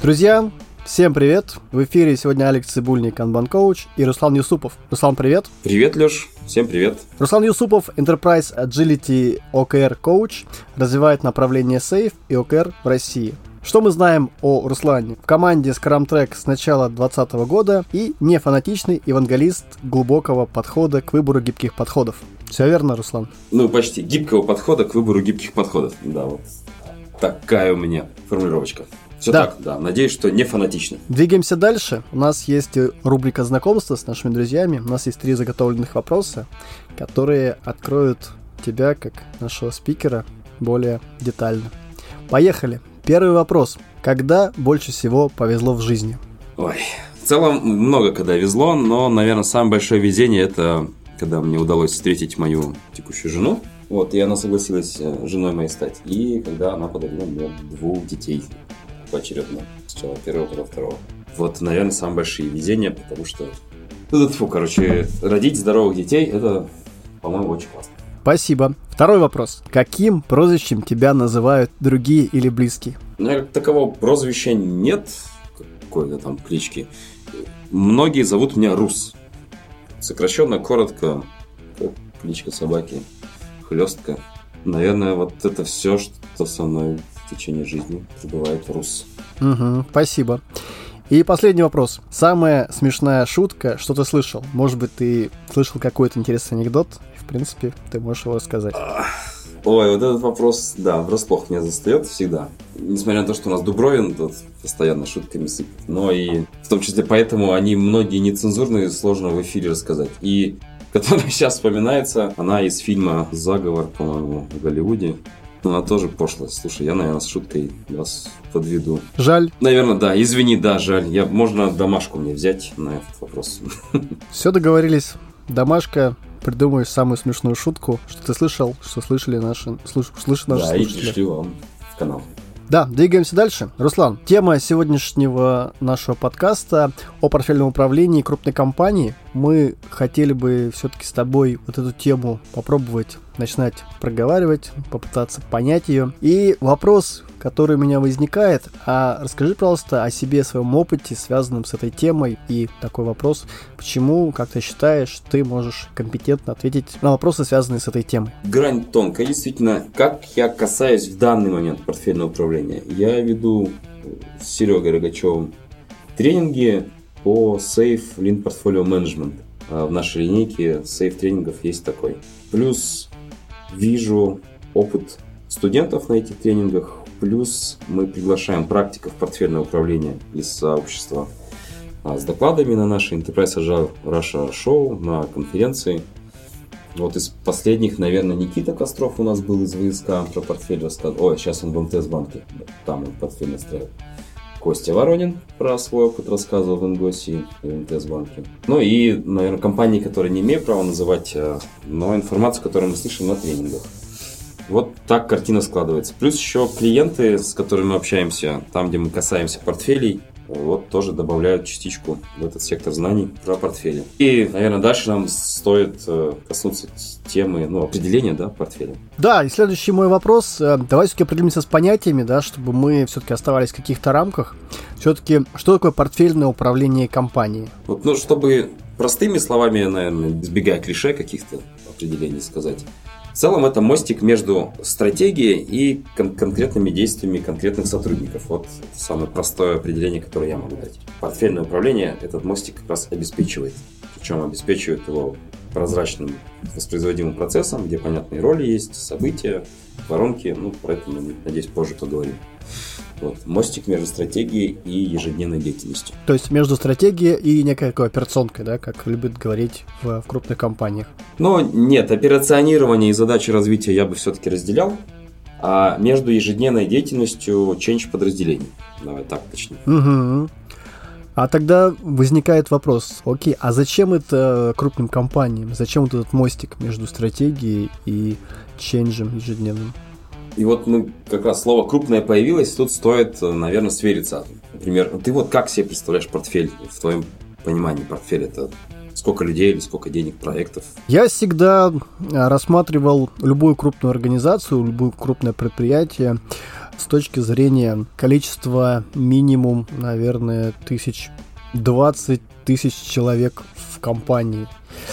Друзья, всем привет! В эфире сегодня Алекс Цибульник, Kanban Coach, и Руслан Юсупов. Руслан, привет! Привет, Леш! Всем привет! Руслан Юсупов, Enterprise Agility OKR Coach, развивает направление SAFe и OKR в России. Что мы знаем о Руслане? В команде Scrum Track с начала 2020 года и не фанатичный евангелист глубокого подхода к выбору гибких подходов. Все верно, Руслан? Ну, почти. Гибкого подхода к выбору гибких подходов. Да, вот такая у меня формулировочка. Все да. Так, да. Надеюсь, что не фанатично. Двигаемся дальше. У нас есть рубрика знакомства с нашими друзьями. У нас есть 3 заготовленных вопроса, которые откроют тебя, как нашего спикера, более детально. Поехали. Первый вопрос. Когда больше всего повезло в жизни? Ой, в целом много когда везло, но, наверное, самое большое везение – это когда мне удалось встретить мою текущую жену. Вот, и она согласилась женой моей стать. И когда она подарила мне 2 детей поочередно. Сначала первого, потом второго. Вот, наверное, самые большие везения, потому что... родить здоровых детей – это, по-моему, очень классно. Спасибо. Второй вопрос. Каким прозвищем тебя называют другие или близкие? Наверное, такового прозвища нет, какой-то там клички. Многие зовут меня Рус. Сокращенно, коротко, как кличка собаки, Хлестка. Наверное, вот это все, что со мной в течение жизни пребывает Рус. Угу, спасибо. И последний вопрос. Самая смешная шутка, что ты слышал? Может быть, ты слышал какой-то интересный анекдот? В принципе, ты можешь его рассказать. Ой, вот этот вопрос, да, врасплох меня застает всегда. Несмотря на то, что у нас Дубровин тут постоянно шутками сыпет. Но и в том числе поэтому они многие нецензурные, сложно в эфире рассказать. И которая сейчас вспоминается, она из фильма «Заговор», по-моему, в Голливуде. Она тоже пошлая. Слушай, я, наверное, с шуткой вас подведу. Жаль. Наверное, да. Извини, да, жаль. Можно домашку мне взять на этот вопрос. Все договорились. Домашка. Придумаешь самую смешную шутку, что ты слышал, что слышали наши слушатели. Да, и пришли вам в канал. Да, двигаемся дальше. Руслан, тема сегодняшнего нашего подкаста о портфельном управлении крупной компании. Мы хотели бы все-таки с тобой вот эту тему попробовать начинать проговаривать, попытаться понять ее. И вопрос, который у меня возникает, расскажи, пожалуйста, о себе, о своем опыте, связанном с этой темой. И такой вопрос, почему, как ты считаешь, ты можешь компетентно ответить на вопросы, связанные с этой темой? Грань тонкая, действительно. Как я касаюсь в данный момент портфельного управления? Я веду с Серегой Рогачевым тренинги по SAFe Lean Portfolio Management. В нашей линейке SAFe тренингов есть такой. Плюс вижу опыт студентов на этих тренингах. Плюс мы приглашаем практиков портфельного управления из сообщества с докладами на нашей Enterprise Agile Russia Show, на конференции. Вот из последних, наверное, Никита Костров у нас был из ВСК про портфель рассказывал. Ой, сейчас он в МТС-банке, там он портфель настраивает. Костя Воронин про свой опыт рассказывал в Ингосе и в МТС-банке. Ну и, наверное, компании, которые не имею права называть, но информацию, которую мы слышим на тренингах. Вот так картина складывается. Плюс еще клиенты, с которыми мы общаемся, там, где мы касаемся портфелей, вот тоже добавляют частичку в этот сектор знаний про портфели. И, наверное, дальше нам стоит коснуться темы, определения, портфеля. Да, и следующий мой вопрос. Давай все-таки определимся с понятиями, чтобы мы все-таки оставались в каких-то рамках. Все-таки, что такое портфельное управление компанией? Вот, чтобы простыми словами, наверное, избегая клише каких-то определений сказать. В целом это мостик между стратегией и конкретными действиями конкретных сотрудников. Вот самое простое определение, которое я могу дать. Портфельное управление этот мостик как раз обеспечивает. Причем обеспечивает его прозрачным воспроизводимым процессом, где понятные роли есть, события, воронки. Про это мы, надеюсь, позже поговорим. Вот, мостик между стратегией и ежедневной деятельностью. То есть между стратегией и некой такой операционкой, как любят говорить в крупных компаниях? Нет, операционирование и задачи развития я бы все-таки разделял, а между ежедневной деятельностью change подразделений. Давай так точнее. Угу. А тогда возникает вопрос, окей, а зачем это крупным компаниям? Зачем вот этот мостик между стратегией и ченджем ежедневным? И вот мы как раз слово «крупное» появилось, тут стоит, наверное, свериться. Например, ты вот как себе представляешь портфель? В твоем понимании портфель – это сколько людей или сколько денег, проектов? Я всегда рассматривал любую крупную организацию, любое крупное предприятие с точки зрения количества минимум, наверное, 20 тысяч человек в компании.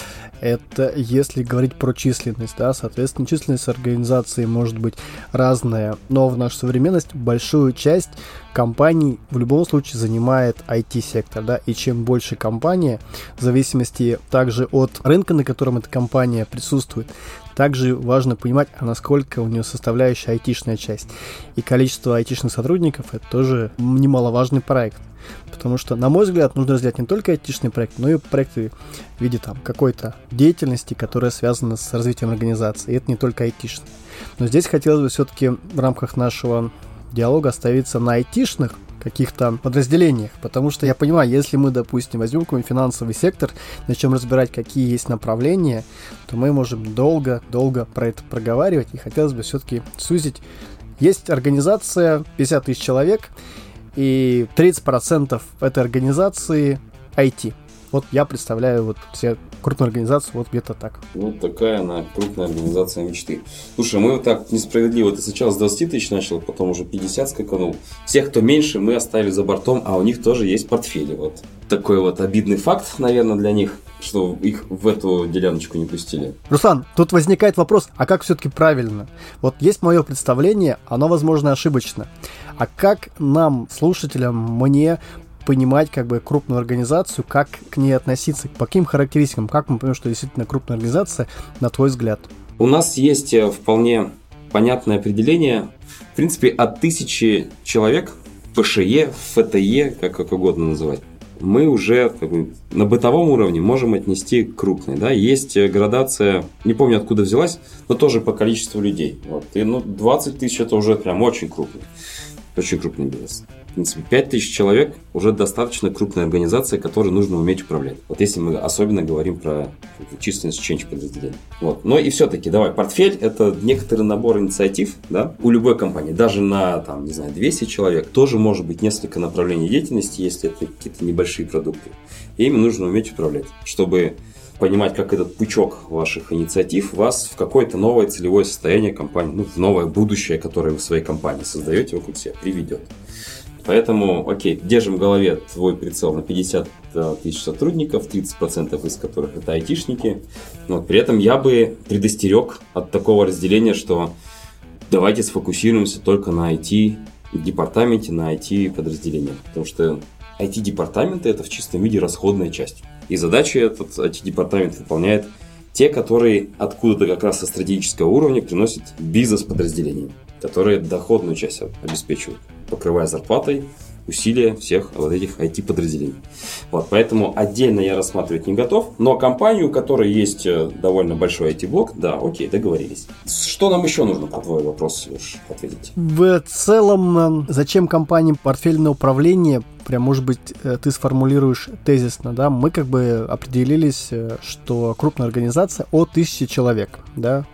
Это если говорить про численность, да, соответственно, численность организации может быть разная, но в нашу современность большую часть компаний в любом случае занимает IT-сектор, да, и чем больше компания, в зависимости также от рынка, на котором эта компания присутствует, также важно понимать, а насколько у нее составляющая айтишная часть. И количество айтишных сотрудников – это тоже немаловажный проект. Потому что, на мой взгляд, нужно разделять не только айтишный проект, но и проекты в виде там какой-то деятельности, которая связана с развитием организации. И это не только айтишный. Но здесь хотелось бы все-таки в рамках нашего диалога остановиться на айтишных каких-то подразделениях. Потому что я понимаю, если мы, допустим, возьмем какой-нибудь финансовый сектор, начнем разбирать, какие есть направления, то мы можем долго про это проговаривать. И хотелось бы все-таки сузить. Есть организация 50 тысяч человек, и 30% этой организации IT. Вот я представляю вот все крупную организацию вот где-то так. Вот такая она крупная организация мечты. Слушай, мы вот так несправедливо. Ты сначала с 20 тысяч начал, потом уже 50 скаканул. Всех, кто меньше, мы оставили за бортом, а у них тоже есть портфели. Вот такой вот обидный факт, наверное, для них, что их в эту деляночку не пустили. Руслан, тут возникает вопрос, а как все-таки правильно? Вот есть мое представление, оно, возможно, ошибочно. А как нам, слушателям, мне понимать как бы крупную организацию, как к ней относиться, по каким характеристикам, как мы поймем, что действительно крупная организация, на твой взгляд? У нас есть вполне понятное определение. В принципе, от 1000 человек, ПШЕ, ФТЕ, как угодно называть, мы уже как бы на бытовом уровне можем отнести к крупной. Да? Есть градация, не помню откуда взялась, но тоже по количеству людей. Вот. И 20 тысяч это уже прям очень крупный. Очень крупный бизнес. В принципе, 5000 человек уже достаточно крупная организация, которой нужно уметь управлять. Вот если мы особенно говорим про численность change подразделений. Вот. Но и все-таки, давай, портфель – это некоторый набор инициатив, да, у любой компании. Даже на, там, не знаю, 200 человек тоже может быть несколько направлений деятельности, если это какие-то небольшие продукты. И ими нужно уметь управлять, чтобы понимать, как этот пучок ваших инициатив вас в какое-то новое целевое состояние компании, в новое будущее, которое вы в своей компании создаете вокруг себя, приведет. Поэтому, окей, держим в голове твой прицел на 50 тысяч сотрудников, 30% из которых это айтишники. Вот, при этом я бы предостерег от такого разделения, что давайте сфокусируемся только на IT-департаменте, на IT-подразделениях. Потому что IT-департаменты – это в чистом виде расходная часть. И задачи этот IT-департамент выполняет те, которые откуда-то как раз со стратегического уровня приносят бизнес-подразделениям, которые доходную часть обеспечивают, покрывая зарплатой усилия всех вот этих IT-подразделений. Вот, поэтому отдельно я рассматривать не готов, но компанию, у которой есть довольно большой IT-блок, да, окей, договорились. Что нам еще нужно, по твой вопрос, Леш, ответить? В целом, зачем компаниям портфельное управление, прям, может быть, ты сформулируешь тезисно, да, мы как бы определились, что крупная организация от 1000 человек, да,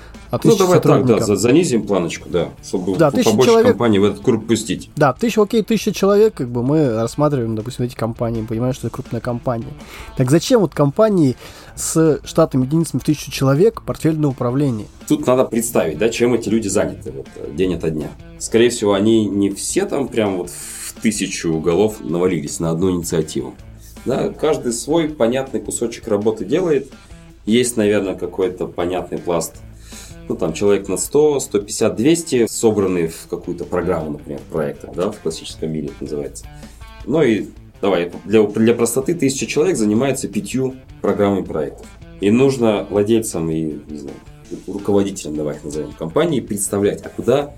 давай так, да, занизим планочку, да, чтобы побольше человек, компаний в этот круг пустить. Да, 1000 человек, как бы мы рассматриваем, допустим, эти компании, понимаем, что это крупная компания. Так зачем вот компании с штатными единицами в 1000 человек портфельное управление? Тут надо представить, да, чем эти люди заняты вот, день ото дня. Скорее всего, они не все там прям вот в 1000 голов навалились на одну инициативу. Да, каждый свой понятный кусочек работы делает. Есть, наверное, какой-то понятный пласт. Там человек на 100, 150, 200 собраны в какую-то программу, например, проекта, да, в классическом мире это называется. Ну и давай, для простоты 1000 человек занимается 5 программами проектов. И нужно владельцам и, не знаю, руководителям, давай их назовем, компании представлять, а куда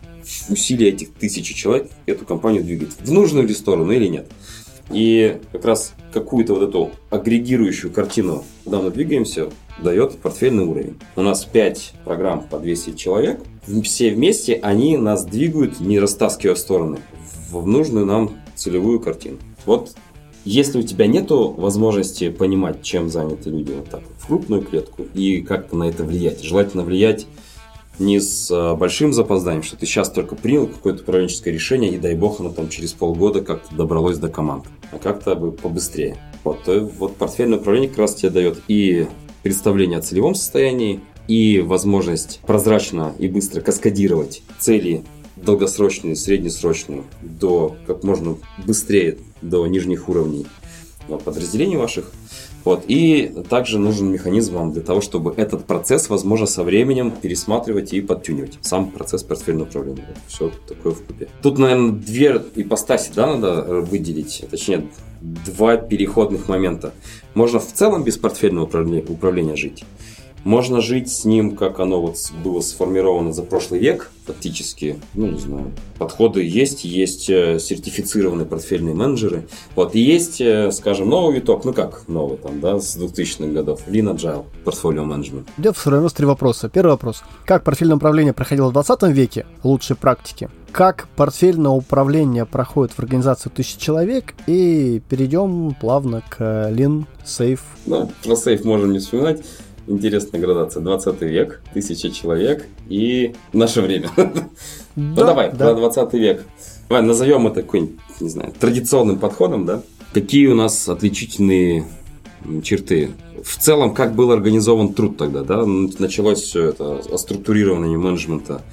усилия этих 1000 человек эту компанию двигает. В нужную ли сторону или нет. И как раз какую-то вот эту агрегирующую картину, куда мы двигаемся, дает портфельный уровень. У нас 5 программ по 200 человек. Все вместе они нас двигают, не растаскивая в стороны, в нужную нам целевую картину. Вот если у тебя нету возможности понимать, чем заняты люди вот так в крупную клетку и как на это влиять, желательно влиять не с большим запозданием, что ты сейчас только принял какое-то управленческое решение, и дай бог оно там через полгода как-то добралось до команд, а как-то бы побыстрее. Вот портфельное управление как раз тебе дает и представление о целевом состоянии, и возможность прозрачно и быстро каскадировать цели долгосрочную, среднесрочную, до как можно быстрее до нижних уровней подразделений ваших. Вот. И также нужен механизм вам для того, чтобы этот процесс, возможно, со временем пересматривать и подтюнивать. Сам процесс портфельного управления. Все такое вкупе. Тут, наверное, две ипостаси, да, надо выделить. Точнее, два переходных момента. Можно в целом без портфельного управления жить. Можно жить с ним, как оно вот было сформировано за прошлый век, фактически, не знаю, подходы есть сертифицированные портфельные менеджеры, вот, и есть, скажем, новый виток, новый, там, да, с 2000-х годов, Lean Agile, Portfolio Management. У меня сформировалось 3 вопроса. Первый вопрос. Как портфельное управление проходило в 20 веке? Лучшие практики. Как портфельное управление проходит в организации 1000 человек? И перейдем плавно к Lean, Safe. Про Safe можем не вспоминать. Интересная градация. 20 век, 1000 человек и наше время. Давай, про 20 век. Давай назовем это какой-нибудь, не знаю, традиционным подходом, да? Какие у нас отличительные черты? В целом, как был организован труд тогда, да? Началось все это о структурировании менеджмента.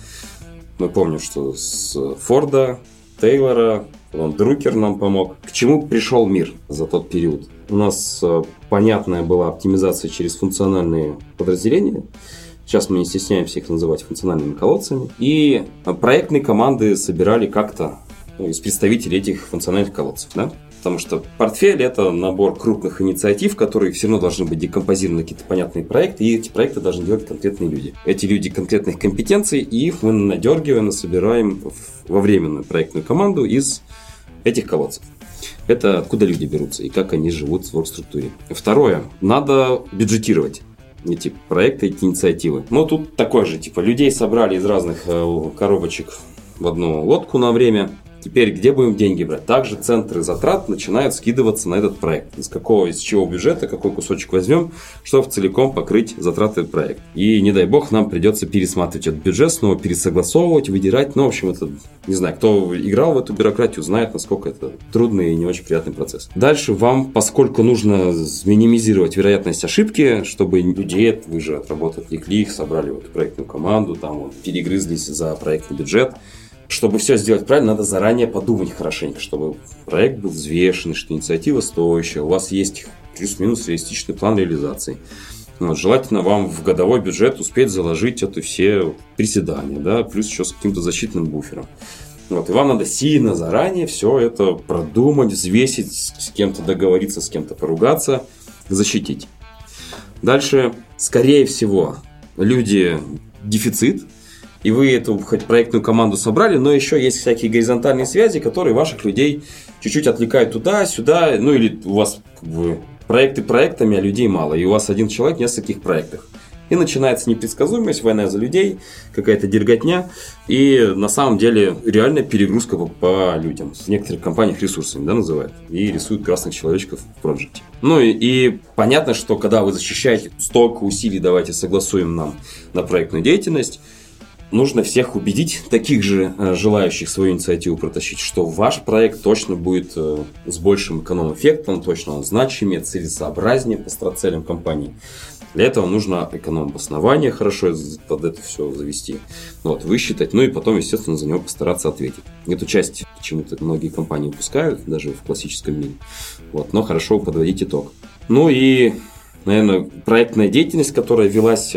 Мы помним, что с Форда, Тейлора, потом Друкер нам помог. К чему пришел мир за тот период? У нас понятная была оптимизация через функциональные подразделения. Сейчас мы не стесняемся их называть функциональными колодцами. И проектные команды собирали как-то из представителей этих функциональных колодцев. Да? Потому что портфель – это набор крупных инициатив, которые все равно должны быть декомпозированы на какие-то понятные проекты, и эти проекты должны делать конкретные люди. Эти люди конкретных компетенций, и их мы надергиваем, собираем во временную проектную команду из этих колодцев. Это откуда люди берутся и как они живут в оргструктуре. Второе. Надо бюджетировать эти проекты, эти инициативы. Тут такое же, людей собрали из разных коробочек в одну лодку на время. Теперь где будем деньги брать? Также центры затрат начинают скидываться на этот проект. Из чего бюджета, какой кусочек возьмем, чтобы целиком покрыть затраты проекта. И не дай бог нам придется пересматривать этот бюджет, снова пересогласовывать, выдирать. В общем, это, не знаю, кто играл в эту бюрократию, знает, насколько это трудный и не очень приятный процесс. Дальше вам, поскольку нужно минимизировать вероятность ошибки, чтобы людей, вы же отработали их, собрали вот проектную команду, там перегрызлись за проектный бюджет. Чтобы все сделать правильно, надо заранее подумать хорошенько, чтобы проект был взвешенный, что инициатива стоящая, у вас есть плюс-минус реалистичный план реализации. Желательно вам в годовой бюджет успеть заложить это все приседания, да, плюс еще с каким-то защитным буфером. И вам надо сильно заранее все это продумать, взвесить, с кем-то договориться, с кем-то поругаться, защитить. Дальше, скорее всего, люди дефицит. И вы эту хоть проектную команду собрали, но еще есть всякие горизонтальные связи, которые ваших людей чуть-чуть отвлекают туда-сюда. Или у вас проекты проектами, а людей мало. И у вас один человек в нескольких проектах. И начинается непредсказуемость, война за людей, какая-то дерготня. И на самом деле реальная перегрузка по людям. В некоторых компаниях ресурсами, да, называют. И рисуют красных человечков в проекте. И понятно, что когда вы защищаете столько усилий, давайте согласуем нам на проектную деятельность, нужно всех убедить, таких же желающих свою инициативу протащить, что ваш проект точно будет с большим эконом-эффектом, точно он значимее, целесообразнее по стратцелям компании. Для этого нужно эконом-обоснование хорошо под это все завести, высчитать, и потом, естественно, за него постараться ответить. Эту часть почему-то многие компании упускают, даже в классическом мире, но хорошо подводить итог. И, наверное, проектная деятельность, которая велась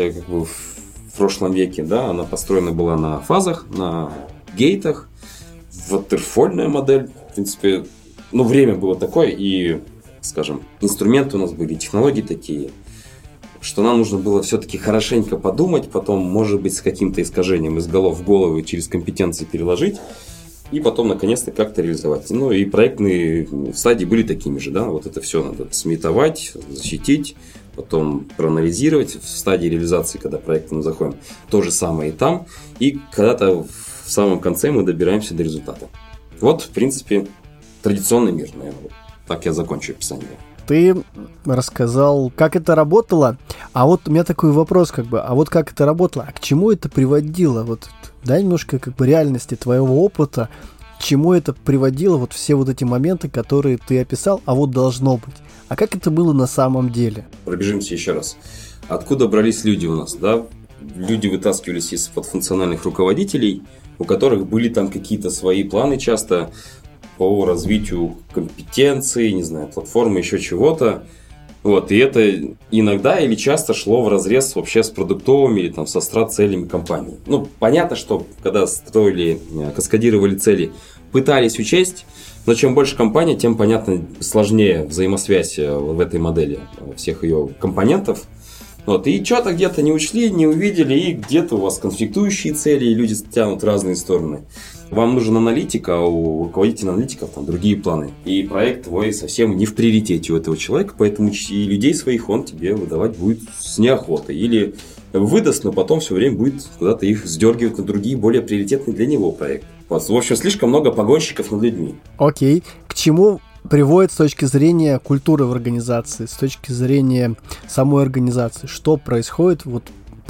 в прошлом веке, да, она построена была на фазах, на гейтах, ватерфольная модель, в принципе, время было такое, и, скажем, инструменты у нас были, технологии такие, что нам нужно было все-таки хорошенько подумать, потом, может быть, с каким-то искажением из голов в головы через компетенции переложить, и потом, наконец-то, как-то реализовать. И проектные стадии были такими же, да, это все надо сметовать, защитить, потом проанализировать в стадии реализации, когда проекты мы заходим. То же самое и там. И когда-то в самом конце мы добираемся до результата. В принципе, традиционный мир, наверное. Так я закончу описание. Ты рассказал, как это работало. А у меня такой вопрос, как это работало? А к чему это приводило? Дай немножко реальности твоего опыта. К чему это приводило все эти моменты, которые ты описал, должно быть. А как это было на самом деле? Пробежимся еще раз. Откуда брались люди у нас, да? люди вытаскивались из-под функциональных руководителей, у которых были там какие-то свои планы часто по развитию компетенций, не знаю, платформы, еще чего-то. Вот, и это иногда или часто шло вразрез вообще с продуктовыми или там со страт-целями компании. Ну, понятно, что когда строили, каскадировали цели, пытались учесть, но чем больше компания, тем, понятно, сложнее взаимосвязь в этой модели всех ее компонентов. Вот, и что-то где-то не учли, не увидели, и где-то у вас конфликтующие цели, и люди тянут в разные стороны. Вам нужен аналитик, а у руководителя аналитиков там другие планы. И проект твой совсем не в приоритете у этого человека, поэтому и людей своих он тебе выдавать будет с неохотой. Или выдаст, но потом все время будет куда-то их сдергивать на другие, более приоритетные для него проекты. Вот, в общем, слишком много погонщиков над людьми. Окей. К чему приводит с точки зрения культуры в организации, с точки зрения самой организации? Что происходит вот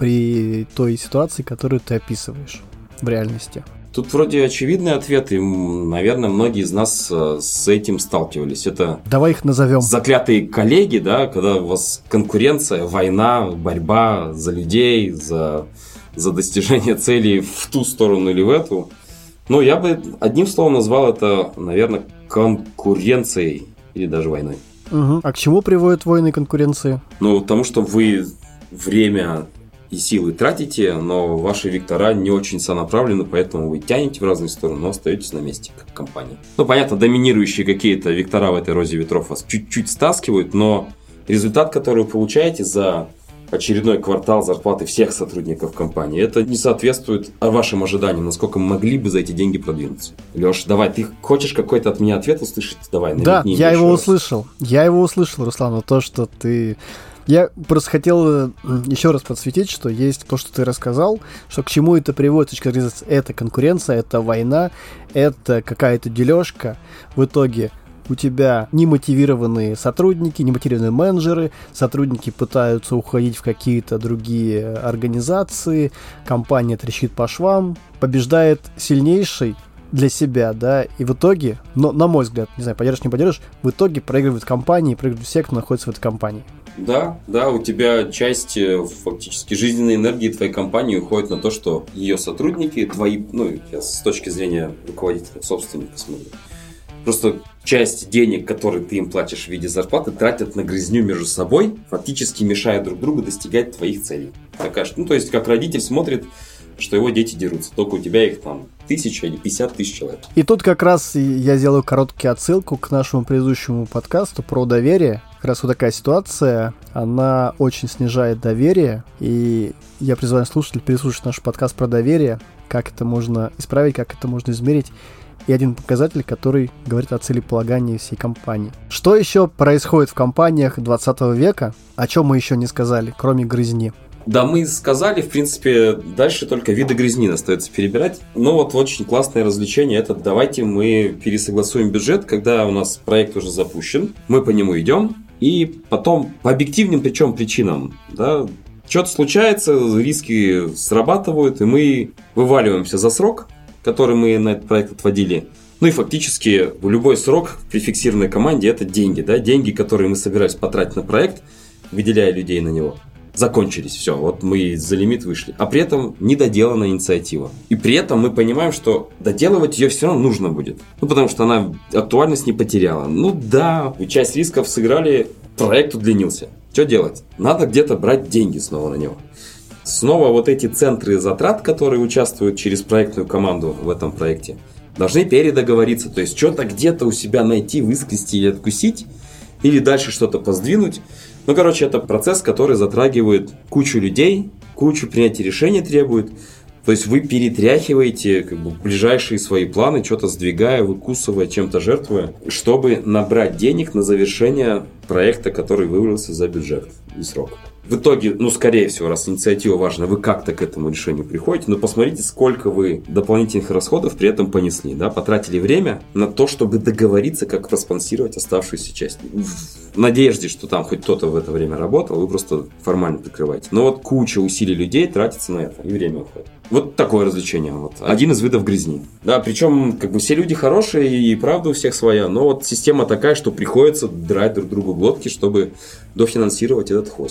при той ситуации, которую ты описываешь в реальности? Тут вроде очевидный ответ, и, наверное, многие из нас с этим сталкивались. Это давай их назовем. Заклятые коллеги, да, когда у вас конкуренция, война, борьба за людей, за достижение целей в ту сторону или в эту. Ну, я бы одним словом назвал это, наверное, конкуренцией или даже войной. Угу. А к чему приводят войны и конкуренции? Ну, потому что вы время и силы тратите, но ваши вектора не очень сонаправлены, поэтому вы тянете в разные стороны, но остаетесь на месте, как компания. Ну, понятно, доминирующие какие-то вектора в этой розе ветров вас чуть-чуть стаскивают, но результат, который вы получаете за очередной квартал зарплаты всех сотрудников компании, это не соответствует вашим ожиданиям, насколько мы могли бы за эти деньги продвинуться. Леш, давай, ты хочешь какой-то от меня ответ услышать? Давай, да, я его услышал. Я его услышал, Руслан, то, что ты... Я просто хотел еще раз подсветить, что есть то, что ты рассказал, что к чему это приводит, с точки зрения, это конкуренция, это война, это какая-то дележка. В итоге у тебя немотивированные сотрудники, немотивированные менеджеры, сотрудники пытаются уходить в какие-то другие организации, компания трещит по швам, побеждает сильнейший для себя, да, и в итоге, но, на мой взгляд, не знаю, поддержишь, не поддержишь, в итоге проигрывают компании, проигрывают все, кто находится в этой компании. Да, у тебя часть фактически жизненной энергии твоей компании уходит на то, что ее сотрудники, твои, ну, я с точки зрения руководителя, собственника смотрю, просто часть денег, которые ты им платишь в виде зарплаты, тратят на грызню между собой, фактически мешая друг другу достигать твоих целей. Такая, ну, то есть, как родитель смотрит, что его дети дерутся, только у тебя их там 1000 или 50 тысяч человек. И тут как раз я сделаю короткую отсылку к нашему предыдущему подкасту про доверие. Как раз вот такая ситуация, она очень снижает доверие, и я призываю слушателей переслушать наш подкаст про доверие, как это можно исправить, как это можно измерить, и один показатель, который говорит о целеполагании всей компании. Что еще происходит в компаниях 20 века, о чем мы еще не сказали, кроме грызни? Да, мы сказали, в принципе, дальше только виды грязни остается перебирать. Но вот очень классное развлечение, это давайте мы пересогласуем бюджет, когда у нас проект уже запущен, мы по нему идем, и потом по объективным причем причинам, да, что-то случается, риски срабатывают, и мы вываливаемся за срок, который мы на этот проект отводили. Ну и фактически любой срок при фиксированной команде это деньги, да, деньги, которые мы собирались потратить на проект, выделяя людей на него. Закончились, все, вот мы за лимит вышли. А при этом недоделана инициатива. И при этом мы понимаем, что доделывать ее все равно нужно будет. Ну, потому что она актуальность не потеряла. Ну да, часть рисков сыграли, проект удлинился. Что делать? Надо где-то брать деньги снова на него. Снова вот эти центры затрат, которые участвуют через проектную команду в этом проекте, должны передоговориться. То есть что-то где-то у себя найти, выскрести или откусить, или дальше что-то поздвинуть. Ну, короче, это процесс, который затрагивает кучу людей, кучу принятия решений требует. То есть вы перетряхиваете как бы ближайшие свои планы, что-то сдвигая, выкусывая, чем-то жертвуя, чтобы набрать денег на завершение проекта, который вывалился за бюджет и срок. В итоге, ну, скорее всего, раз инициатива важна, вы как-то к этому решению приходите, но посмотрите, сколько вы дополнительных расходов при этом понесли, да, потратили время на то, чтобы договориться, как проспонсировать оставшуюся часть. В надежде, что там хоть кто-то в это время работал, вы просто формально прикрываете. Но вот куча усилий людей тратится на это, и время уходит. Вот такое развлечение. Вот. Один из видов грязни. Да, причем как бы все люди хорошие и правда у всех своя, но вот система такая, что приходится драть друг другу глотки, чтобы дофинансировать этот хвостик.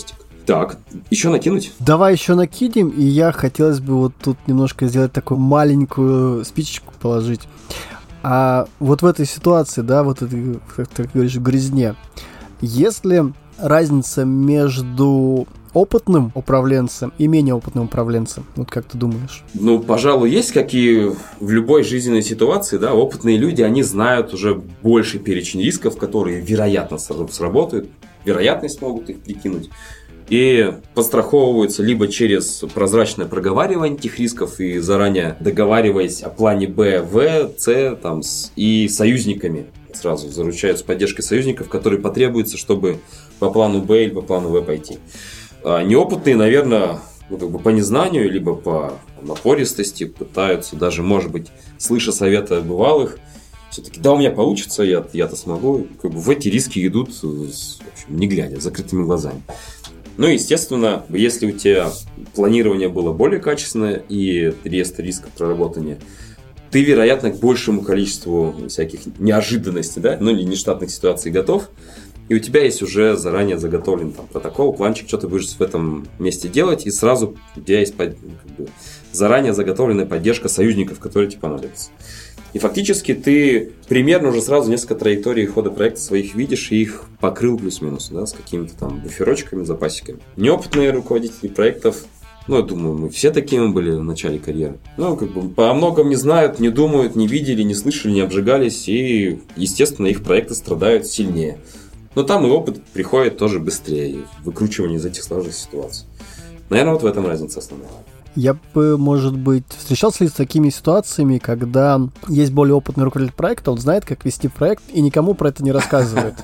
Так, еще накинуть? Давай еще накинем, и я хотелось бы вот тут немножко сделать такую маленькую спичечку положить. А вот в этой ситуации, да, вот этой, как ты говоришь, в грязне, есть ли разница между опытным управленцем и менее опытным управленцем? Вот как ты думаешь? Ну, пожалуй, есть, как и в любой жизненной ситуации, да, опытные люди, они знают уже больший перечень рисков, которые, вероятно, сработают, вероятность могут их прикинуть, и подстраховываются либо через прозрачное проговаривание этих рисков и заранее договариваясь о плане Б, В, С там, и союзниками. Сразу заручаются поддержкой союзников, которые потребуются, чтобы по плану Б или по плану В пойти. А неопытные, наверное, по незнанию, либо по напористости пытаются, даже, может быть, слыша совета бывалых, все-таки, да, у меня получится, я-то смогу. В эти риски идут, в общем, не глядя, с закрытыми глазами. Ну, естественно, если у тебя планирование было более качественное и реестр рисков проработания, ты, вероятно, к большему количеству всяких неожиданностей, да, ну или нештатных ситуаций готов, и у тебя есть уже заранее заготовлен там протокол, планчик, что ты будешь в этом месте делать, и сразу у тебя есть заранее заготовленная поддержка союзников, которые тебе понадобятся. И фактически ты примерно уже сразу несколько траекторий хода проекта своих видишь и их покрыл плюс-минус, да, с какими-то там буферочками, запасиками. Неопытные руководители проектов, ну, я думаю, мы все такими были в начале карьеры. Ну, по многому не знают, не думают, не видели, не слышали, не обжигались, и, естественно, их проекты страдают сильнее. Но там и опыт приходит тоже быстрее, в выкручивании из этих сложных ситуаций. Наверное, вот в этом разница основная. Я бы, может быть, встречался ли с такими ситуациями, когда есть более опытный руководитель проекта, он знает, как вести проект, и никому про это не рассказывает?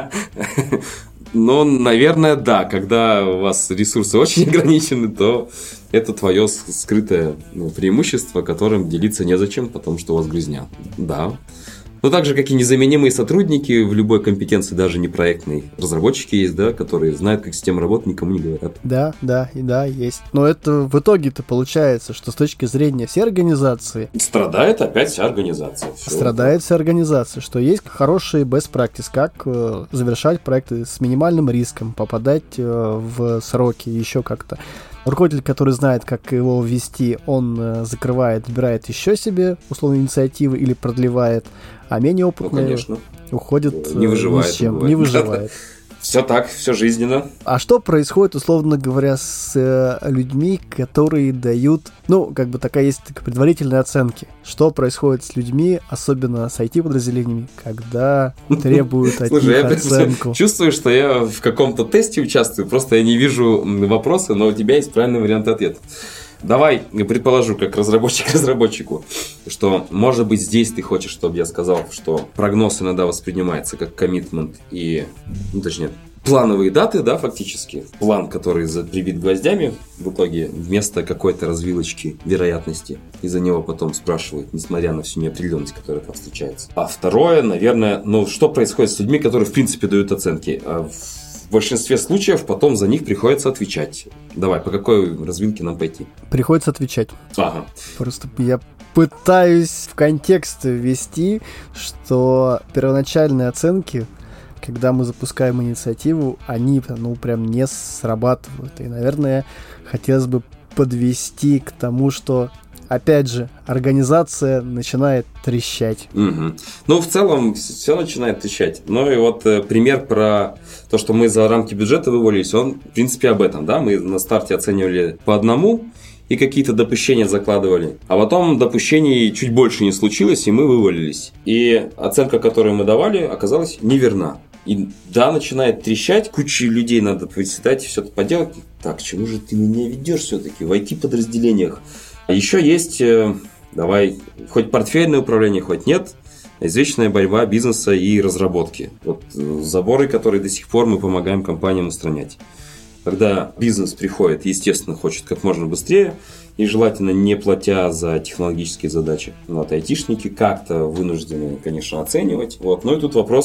Ну, наверное, да. Когда у вас ресурсы очень ограничены, то это твое скрытое преимущество, которым делиться незачем, потому что у вас грязня. Да. Но так же, как и незаменимые сотрудники в любой компетенции, даже не проектной, разработчики есть, да, которые знают, как система работает, никому не говорят. Да, есть. Но это в итоге-то получается, что с точки зрения всей организации... Страдает опять вся организация. Страдает вся организация, что есть хороший best practice, как завершать проекты с минимальным риском, попадать в сроки, еще как-то. Руководитель, который знает, как его ввести, он закрывает, забирает еще себе условные инициативы или продлевает, а менее опытные уходят не выживает, ни с чем, не выживает. Все так, все жизненно. А что происходит, условно говоря, с людьми, которые дают, ну, как бы такая есть предварительные оценки. Что происходит с людьми, особенно с IT-подразделениями, когда требуют от них оценку? Чувствую, что я в каком-то тесте участвую, просто я не вижу вопросы, но у тебя есть правильный вариант ответа. Давай, предположу, как разработчик разработчику, что, может быть, здесь ты хочешь, чтобы я сказал, что прогноз иногда воспринимается как коммитмент и, ну, точнее, плановые даты, да, фактически. План, который прибит гвоздями, в итоге вместо какой-то развилочки вероятности, из-за него потом спрашивают, несмотря на всю неопределенность, которая там встречается. А второе, наверное, ну, что происходит с людьми, которые, в принципе, дают оценки? В большинстве случаев потом за них приходится отвечать. Давай, по какой развилке нам пойти? Приходится отвечать. Ага. Просто я пытаюсь в контекст ввести, что первоначальные оценки, когда мы запускаем инициативу, они, ну, прям не срабатывают. И, наверное, хотелось бы подвести к тому, что, опять же, организация начинает трещать. Угу. Ну, в целом, все начинает трещать. Ну, и вот пример про то, что мы за рамки бюджета вывалились, он, в принципе, об этом, да? Мы на старте оценивали по одному и какие-то допущения закладывали. А потом допущений чуть больше не случилось, и мы вывалились. И оценка, которую мы давали, оказалась неверна. И да, начинает трещать, куча людей надо приседать и все это поделать. Так, чему же ты меня ведешь все-таки в IT-подразделениях? А еще есть, давай, хоть портфельное управление, хоть нет, извечная борьба бизнеса и разработки. Вот заборы, которые до сих пор мы помогаем компаниям устранять. Когда бизнес приходит, естественно, хочет как можно быстрее, и желательно не платя за технологические задачи. Вот, айтишники как-то вынуждены, конечно, оценивать. Вот. Ну и тут вопрос,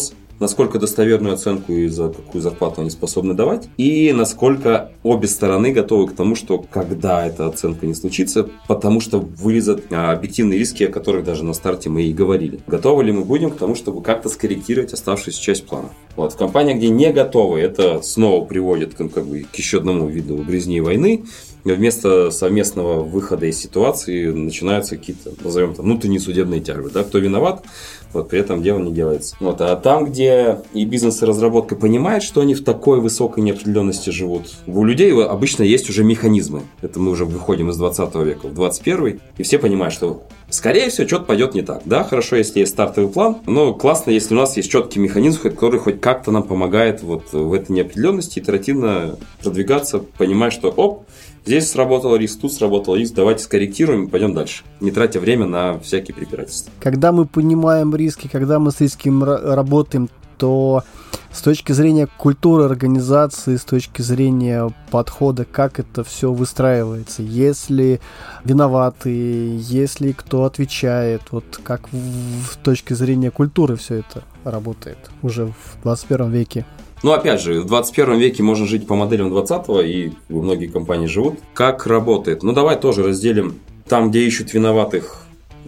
насколько достоверную оценку и за какую зарплату они способны давать, и насколько обе стороны готовы к тому, что когда эта оценка не случится, потому что вылезут объективные риски, о которых даже на старте мы и говорили. Готовы ли мы будем к тому, чтобы как-то скорректировать оставшуюся часть плана? Вот. В компаниях, где не готовы, это снова приводит как бы к еще одному виду грязни и войны. Вместо совместного выхода из ситуации начинаются какие-то, назовем там, внутренние судебные тяжбы. Да? Кто виноват, вот, при этом дело не делается. Вот. А там, где и бизнес, и разработка понимают, что они в такой высокой неопределенности живут, у людей обычно есть уже механизмы. Это мы уже выходим из 20 века в 21, и все понимают, что скорее всего что-то пойдет не так. Да, хорошо, если есть стартовый план, но классно, если у нас есть четкий механизм, который хоть как-то нам помогает вот в этой неопределенности итеративно продвигаться, понимать, что здесь сработал риск, тут сработал риск, давайте скорректируем и пойдем дальше, не тратя время на всякие препирательства. Когда мы понимаем риски, когда мы с риском работаем, то с точки зрения культуры организации, с точки зрения подхода, как это все выстраивается, если виноваты, если кто отвечает, вот как с точки зрения культуры все это работает уже в 21 веке. Ну, опять же, в 21 веке можно жить по моделям 20-го, и многие компании живут. Как работает? Ну, давай тоже разделим там, где ищут виноватых,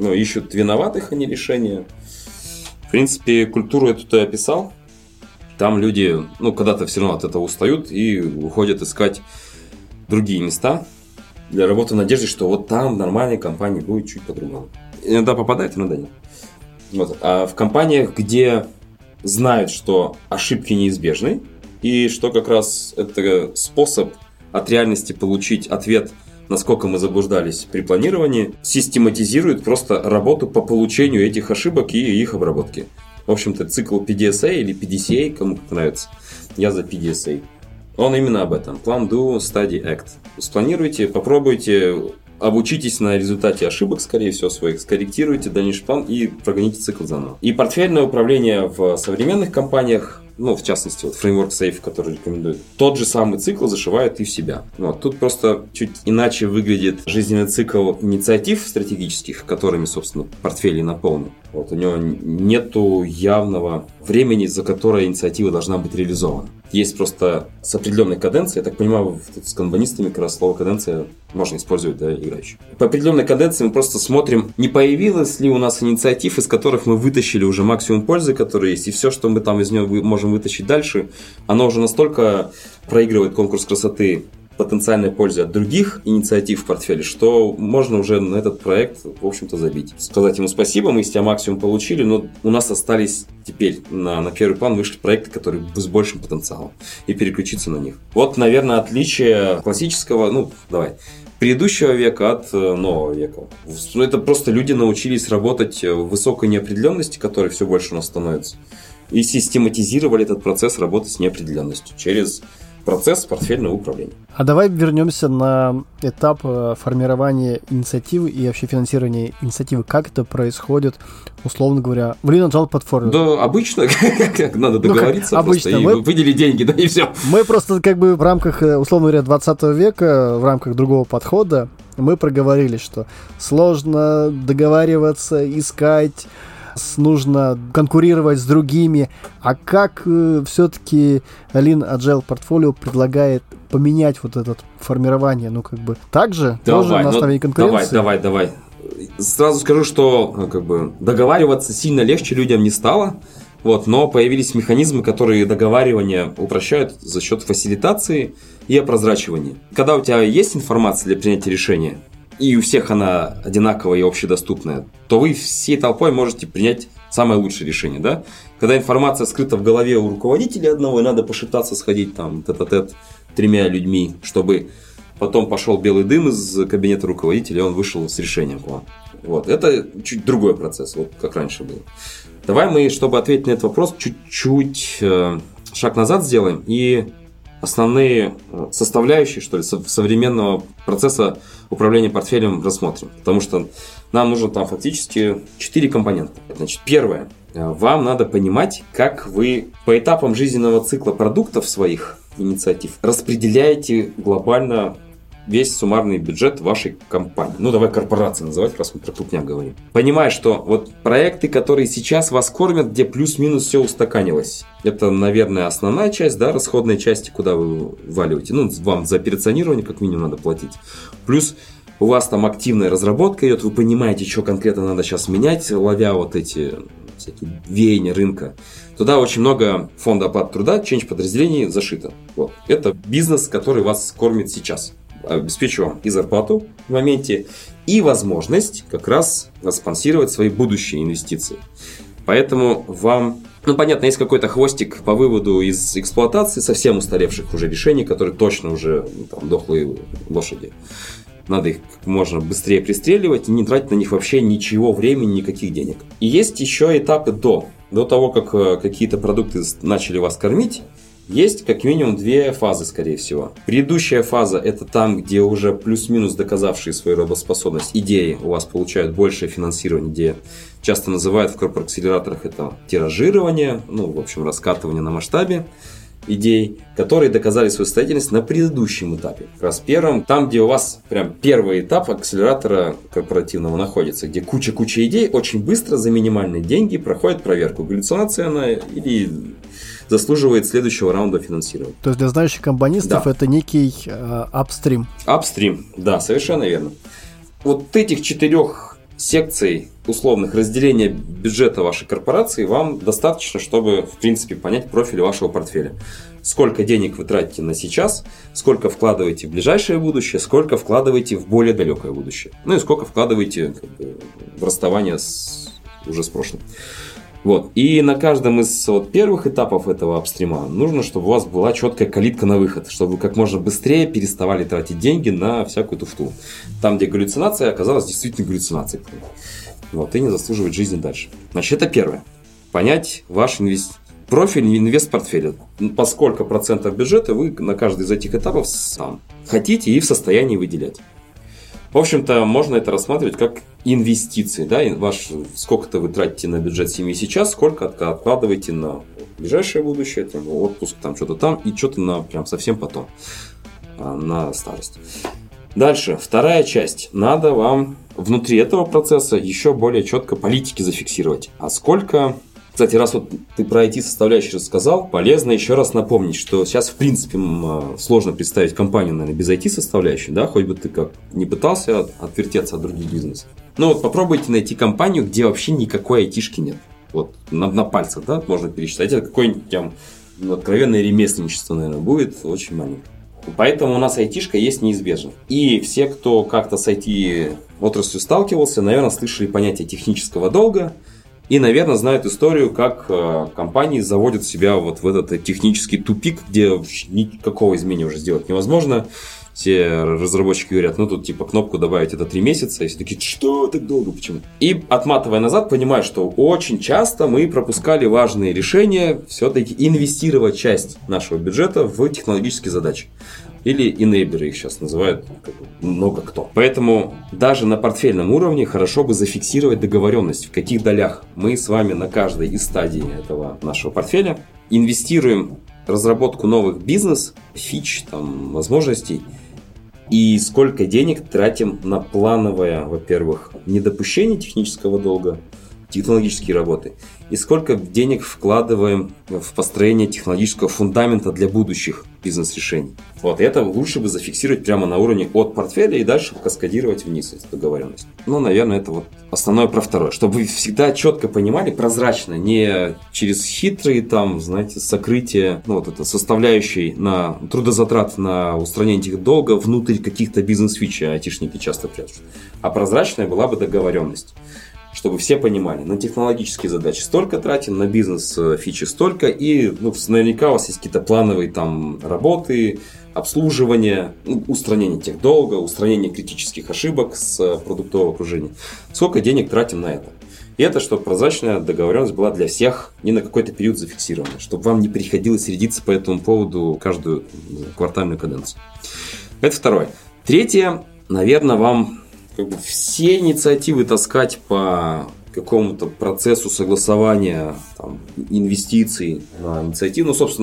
а не решения. В принципе, культуру эту ты описал. Там люди, когда-то все равно от этого устают и уходят искать другие места для работы в надежде, что вот там в нормальной компании будет чуть по-другому. Иногда попадает, иногда нет. Вот. А в компаниях, где знают, что ошибки неизбежны, и что как раз это способ от реальности получить ответ, насколько мы заблуждались при планировании, систематизирует просто работу по получению этих ошибок и их обработке. В общем-то, цикл PDSA или PDCA, кому как нравится, я за PDSA, он именно об этом. Plan, Do, Study, Act. Спланируйте, попробуйте, обучитесь на результате ошибок, скорее всего, своих, скорректируйте дальнейший план и прогоните цикл заново. И портфельное управление в современных компаниях, в частности, вот фреймворк Safe, который рекомендует, тот же самый цикл зашивает и в себя. Вот. Тут просто чуть иначе выглядит жизненный цикл инициатив стратегических, которыми, собственно, портфель и наполнен. Вот. У него нету явного времени, за которое инициатива должна быть реализована. Есть просто с определенной каденцией, я так понимаю, с канбанистами как раз слово каденция можно использовать, да, играющий. По определенной каденции мы просто смотрим, не появилось ли у нас инициатив, из которых мы вытащили уже максимум пользы, который есть, и все, что мы там из него можем вытащить дальше, оно уже настолько проигрывает конкурс красоты потенциальной пользе от других инициатив в портфеле, что можно уже на этот проект, в общем-то, забить. Сказать ему спасибо, мы из тебя максимум получили, но у нас остались теперь на первый план вышли проекты, которые с большим потенциалом, и переключиться на них. Вот, наверное, отличие классического, предыдущего века от нового века. Это просто люди научились работать в высокой неопределенности, которой все больше у нас становится, и систематизировали этот процесс работы с неопределенностью через процесс портфельного управления. А давай вернемся на этап формирования инициативы и вообще финансирования инициативы. Как это происходит, условно говоря, в Lean Agile Portfolio? Да, обычно, как надо договориться, просто и выделить деньги, да и все. Мы просто в рамках, условно говоря, 20 века, в рамках другого подхода, мы проговорили, что сложно договариваться, искать, нужно конкурировать с другими. А как все-таки Lean Agile Portfolio предлагает поменять вот это формирование? Так же? Тоже на основе конкуренции? Давай. Сразу скажу, что договариваться сильно легче людям не стало. Но появились механизмы, которые договаривание упрощают за счет фасилитации и опрозрачивания. Когда у тебя есть информация для принятия решения, и у всех она одинаковая и общедоступная, то вы всей толпой можете принять самое лучшее решение, да? Когда информация скрыта в голове у руководителя одного, и надо пошептаться, сходить там тет-а-тет 3 людьми, чтобы потом пошел белый дым из кабинета руководителя, и он вышел с решением к вам. Это чуть другой процесс, как раньше было. Давай мы, чтобы ответить на этот вопрос, чуть-чуть шаг назад сделаем и основные составляющие, современного процесса управления портфелем рассмотрим. Потому что нам нужно там фактически 4 компонента. Значит, первое. Вам надо понимать, как вы по этапам жизненного цикла продуктов своих инициатив распределяете глобально весь суммарный бюджет вашей компании. Ну, давай корпорации называть, раз мы про крупняк говорим. Понимая, что вот проекты, которые сейчас вас кормят, где плюс-минус все устаканилось. Это, наверное, основная часть, да, расходной части, куда вы вваливаете. Ну, вам за операционирование как минимум надо платить. Плюс у вас там активная разработка идет, вы понимаете, что конкретно надо сейчас менять, ловя вот эти всякие веяния рынка. Туда очень много фонда оплаты труда, change подразделений зашито. Вот. Это бизнес, который вас кормит сейчас. Обеспечу вам и зарплату в моменте, и возможность как раз спонсировать свои будущие инвестиции. Поэтому вам, ну, понятно, есть какой-то хвостик по выводу из эксплуатации совсем устаревших уже решений, которые точно уже там, дохлые лошади. Надо их как можно быстрее пристреливать и не тратить на них вообще ничего времени, никаких денег. И есть еще этапы до того, как какие-то продукты начали вас кормить. Есть как минимум 2 фазы, скорее всего. Предыдущая фаза – это там, где уже плюс-минус доказавшие свою работоспособность идеи у вас получают большее финансирование, где часто называют в корпоракселераторах это тиражирование, ну, в общем, раскатывание на масштабе идей, которые доказали свою состоятельность на предыдущем этапе. Как раз первым, там, где у вас прям первый этап акселератора корпоративного находится, где куча идей очень быстро за минимальные деньги проходит проверку. Галлюцинация она или заслуживает следующего раунда финансирования. То есть для знающих компанистов это некий апстрим. Апстрим, да, совершенно верно. Вот этих 4 секций условных разделения бюджета вашей корпорации вам достаточно, чтобы, в принципе, понять профиль вашего портфеля. Сколько денег вы тратите на сейчас, сколько вкладываете в ближайшее будущее, сколько вкладываете в более далекое будущее. Ну и сколько вкладываете в расставание уже с прошлым. Вот. И на каждом из первых этапов этого апстрима нужно, чтобы у вас была четкая калитка на выход, чтобы вы как можно быстрее переставали тратить деньги на всякую туфту. Там, где галлюцинация оказалась действительно галлюцинацией. Вот, и не заслуживает жизни дальше. Значит, это первое. Понять ваш профиль инвест-портфеля. По сколько процентов бюджета вы на каждый из этих этапов сам хотите и в состоянии выделять. В общем-то, можно это рассматривать как инвестиции. Да? Сколько-то вы тратите на бюджет семьи сейчас, сколько откладываете на ближайшее будущее, там, отпуск, там, что-то там, и что-то на прям совсем потом, на старость. Дальше, вторая часть. Надо вам внутри этого процесса еще более четко политики зафиксировать. А сколько... Кстати, раз вот ты про IT-составляющую рассказал, полезно еще раз напомнить, что сейчас, в принципе, сложно представить компанию, наверное, без IT-составляющей, да, хоть бы ты как не пытался отвертеться от других бизнесов. Но вот попробуйте найти компанию, где вообще никакой айтишки нет. Вот на пальцах, да, можно пересчитать. Это какое-нибудь там откровенное ремесленничество, наверное, будет очень маленькое. Поэтому у нас айтишка есть неизбежно. И все, кто как-то с IT-отраслью сталкивался, наверное, слышали понятие технического долга. И, наверное, знают историю, как компании заводят себя вот в этот технический тупик, где никакого изменения уже сделать невозможно. Все разработчики говорят, ну тут типа кнопку добавить это 3 месяца. И все такие, что так долго, почему? И отматывая назад, понимаю, что очень часто мы пропускали важные решения все-таки инвестировать часть нашего бюджета в технологические задачи. Или enablerы их сейчас называют много кто. Поэтому даже на портфельном уровне хорошо бы зафиксировать договоренность, в каких долях мы с вами на каждой из стадий этого нашего портфеля инвестируем в разработку новых бизнес-фич, там, возможностей, и сколько денег тратим на плановое, во-первых, недопущение технического долга, технологические работы, и сколько денег вкладываем в построение технологического фундамента для будущих бизнес-решений. Вот, и это лучше бы зафиксировать прямо на уровне от портфеля и дальше каскадировать вниз эту договоренность. Ну, наверное, это вот основное про второе. Чтобы вы всегда четко понимали, прозрачно, не через хитрые там, знаете, сокрытие, ну, вот это составляющей на трудозатрат на устранение этих долга внутрь каких-то бизнес-фичей, айтишники часто прячут. А прозрачная была бы договоренность. Чтобы все понимали, на технологические задачи столько тратим, на бизнес-фичи столько, и наверняка у вас есть какие-то плановые там работы, обслуживание, устранение техдолга, устранение критических ошибок с продуктового окружения. Сколько денег тратим на это? И это, чтобы прозрачная договоренность была для всех не на какой-то период зафиксирована, чтобы вам не приходилось рядиться по этому поводу каждую квартальную каденцию. Это второе. Третье, наверное, вам все инициативы таскать по какому-то процессу согласования там, инвестиций на инициативу. Ну, собственно,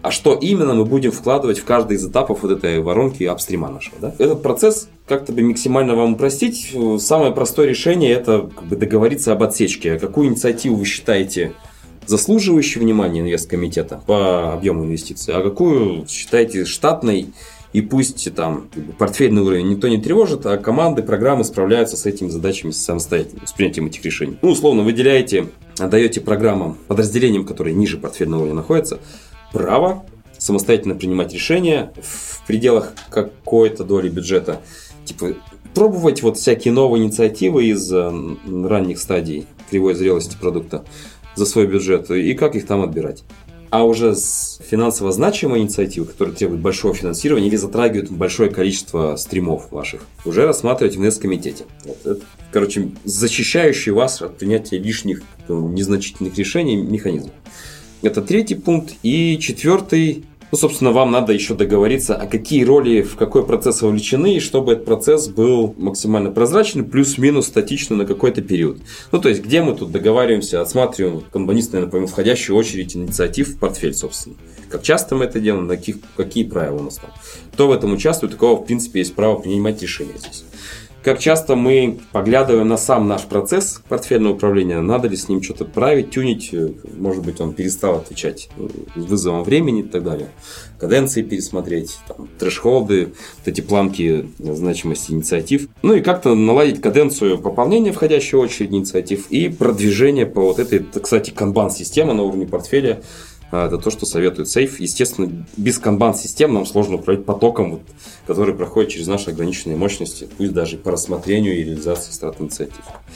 а что именно мы будем вкладывать в каждый из этапов вот этой воронки апстрима нашего. Да? Этот процесс, как-то бы максимально вам упростить, самое простое решение – это как бы договориться об отсечке. Какую инициативу вы считаете заслуживающей внимания инвесткомитета по объему инвестиций, а какую считаете штатной, и пусть там портфельный уровень никто не тревожит, а команды, программы справляются с этими задачами самостоятельно, с принятием этих решений. Условно, выделяете, отдаете программам, подразделениям, которые ниже портфельного уровня находятся, право самостоятельно принимать решения в пределах какой-то доли бюджета. Пробовать вот всякие новые инициативы из ранних стадий кривой зрелости продукта за свой бюджет и как их там отбирать. А уже с финансово значимой инициативы, которые требуют большого финансирования или затрагивают большое количество стримов ваших, уже рассматривать в инвесткомитете. Это, защищающий вас от принятия лишних незначительных решений механизм. Это третий пункт. И четвертый, собственно, вам надо еще договориться, а какие роли в какой процесс вовлечены, и чтобы этот процесс был максимально прозрачный, плюс-минус статичный на какой-то период. То есть, где мы тут договариваемся, отсматриваем канбанист, наверное, по входящую очередь инициатив в портфель, собственно. Как часто мы это делаем, какие правила у нас там. Кто в этом участвует, у кого, в принципе, есть право принимать решения здесь. Как часто мы поглядываем на сам наш процесс портфельного управления, надо ли с ним что-то править, тюнить, может быть, он перестал отвечать вызовом времени и так далее. Каденции пересмотреть, трэшхолды, вот эти планки значимости инициатив. И как-то наладить каденцию пополнения входящей очереди инициатив и продвижение по вот этой, кстати, канбан-системе на уровне портфеля. Это то, что советует Сейф. Естественно, без канбан-систем нам сложно управлять потоком, который проходит через наши ограниченные мощности, пусть даже по рассмотрению и реализации страт-инициатив.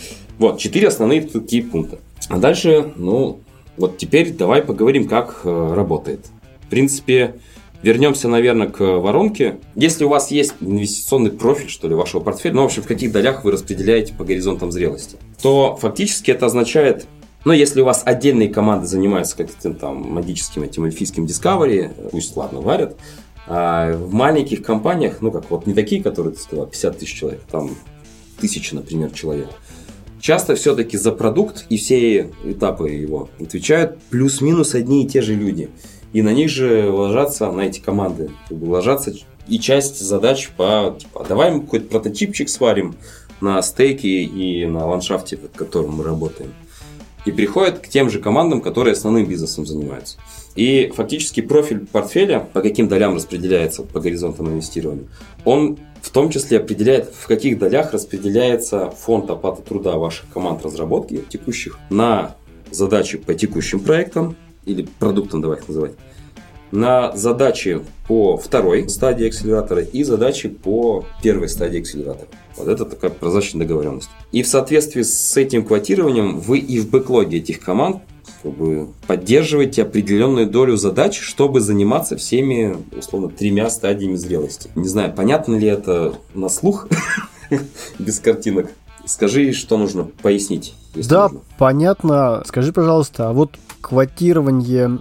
4 основные такие пункта. А дальше, теперь давай поговорим, как работает. В принципе, вернемся, наверное, к воронке. Если у вас есть инвестиционный профиль, вашего портфеля, в каких долях вы распределяете по горизонтам зрелости, то фактически это означает... если у вас отдельные команды занимаются каким-то магическим этим эльфийским Discovery, пусть, варят, а в маленьких компаниях, не такие, которые, ты сказал, 50 тысяч человек, там 1000, например, человек, часто все-таки за продукт и все этапы его отвечают плюс-минус одни и те же люди. И на них же ложатся, на эти команды, ложатся и часть задач давай мы какой-то прототипчик сварим на стейке и на ландшафте, под которым мы работаем. И приходят к тем же командам, которые основным бизнесом занимаются. И фактически профиль портфеля, по каким долям распределяется по горизонтам инвестирования, он в том числе определяет, в каких долях распределяется фонд оплаты труда ваших команд разработки текущих на задачи по текущим проектам, или продуктам, давай их называть, на задачи по второй стадии акселератора и задачи по первой стадии акселератора. Это такая прозрачная договоренность. И в соответствии с этим квотированием вы и в бэклоге этих команд поддерживаете определенную долю задач, чтобы заниматься всеми, условно, 3 стадиями зрелости. Не знаю, понятно ли это на слух, без картинок. Скажи, что нужно пояснить. Да, нужно. Понятно. Скажи, пожалуйста, а квотирование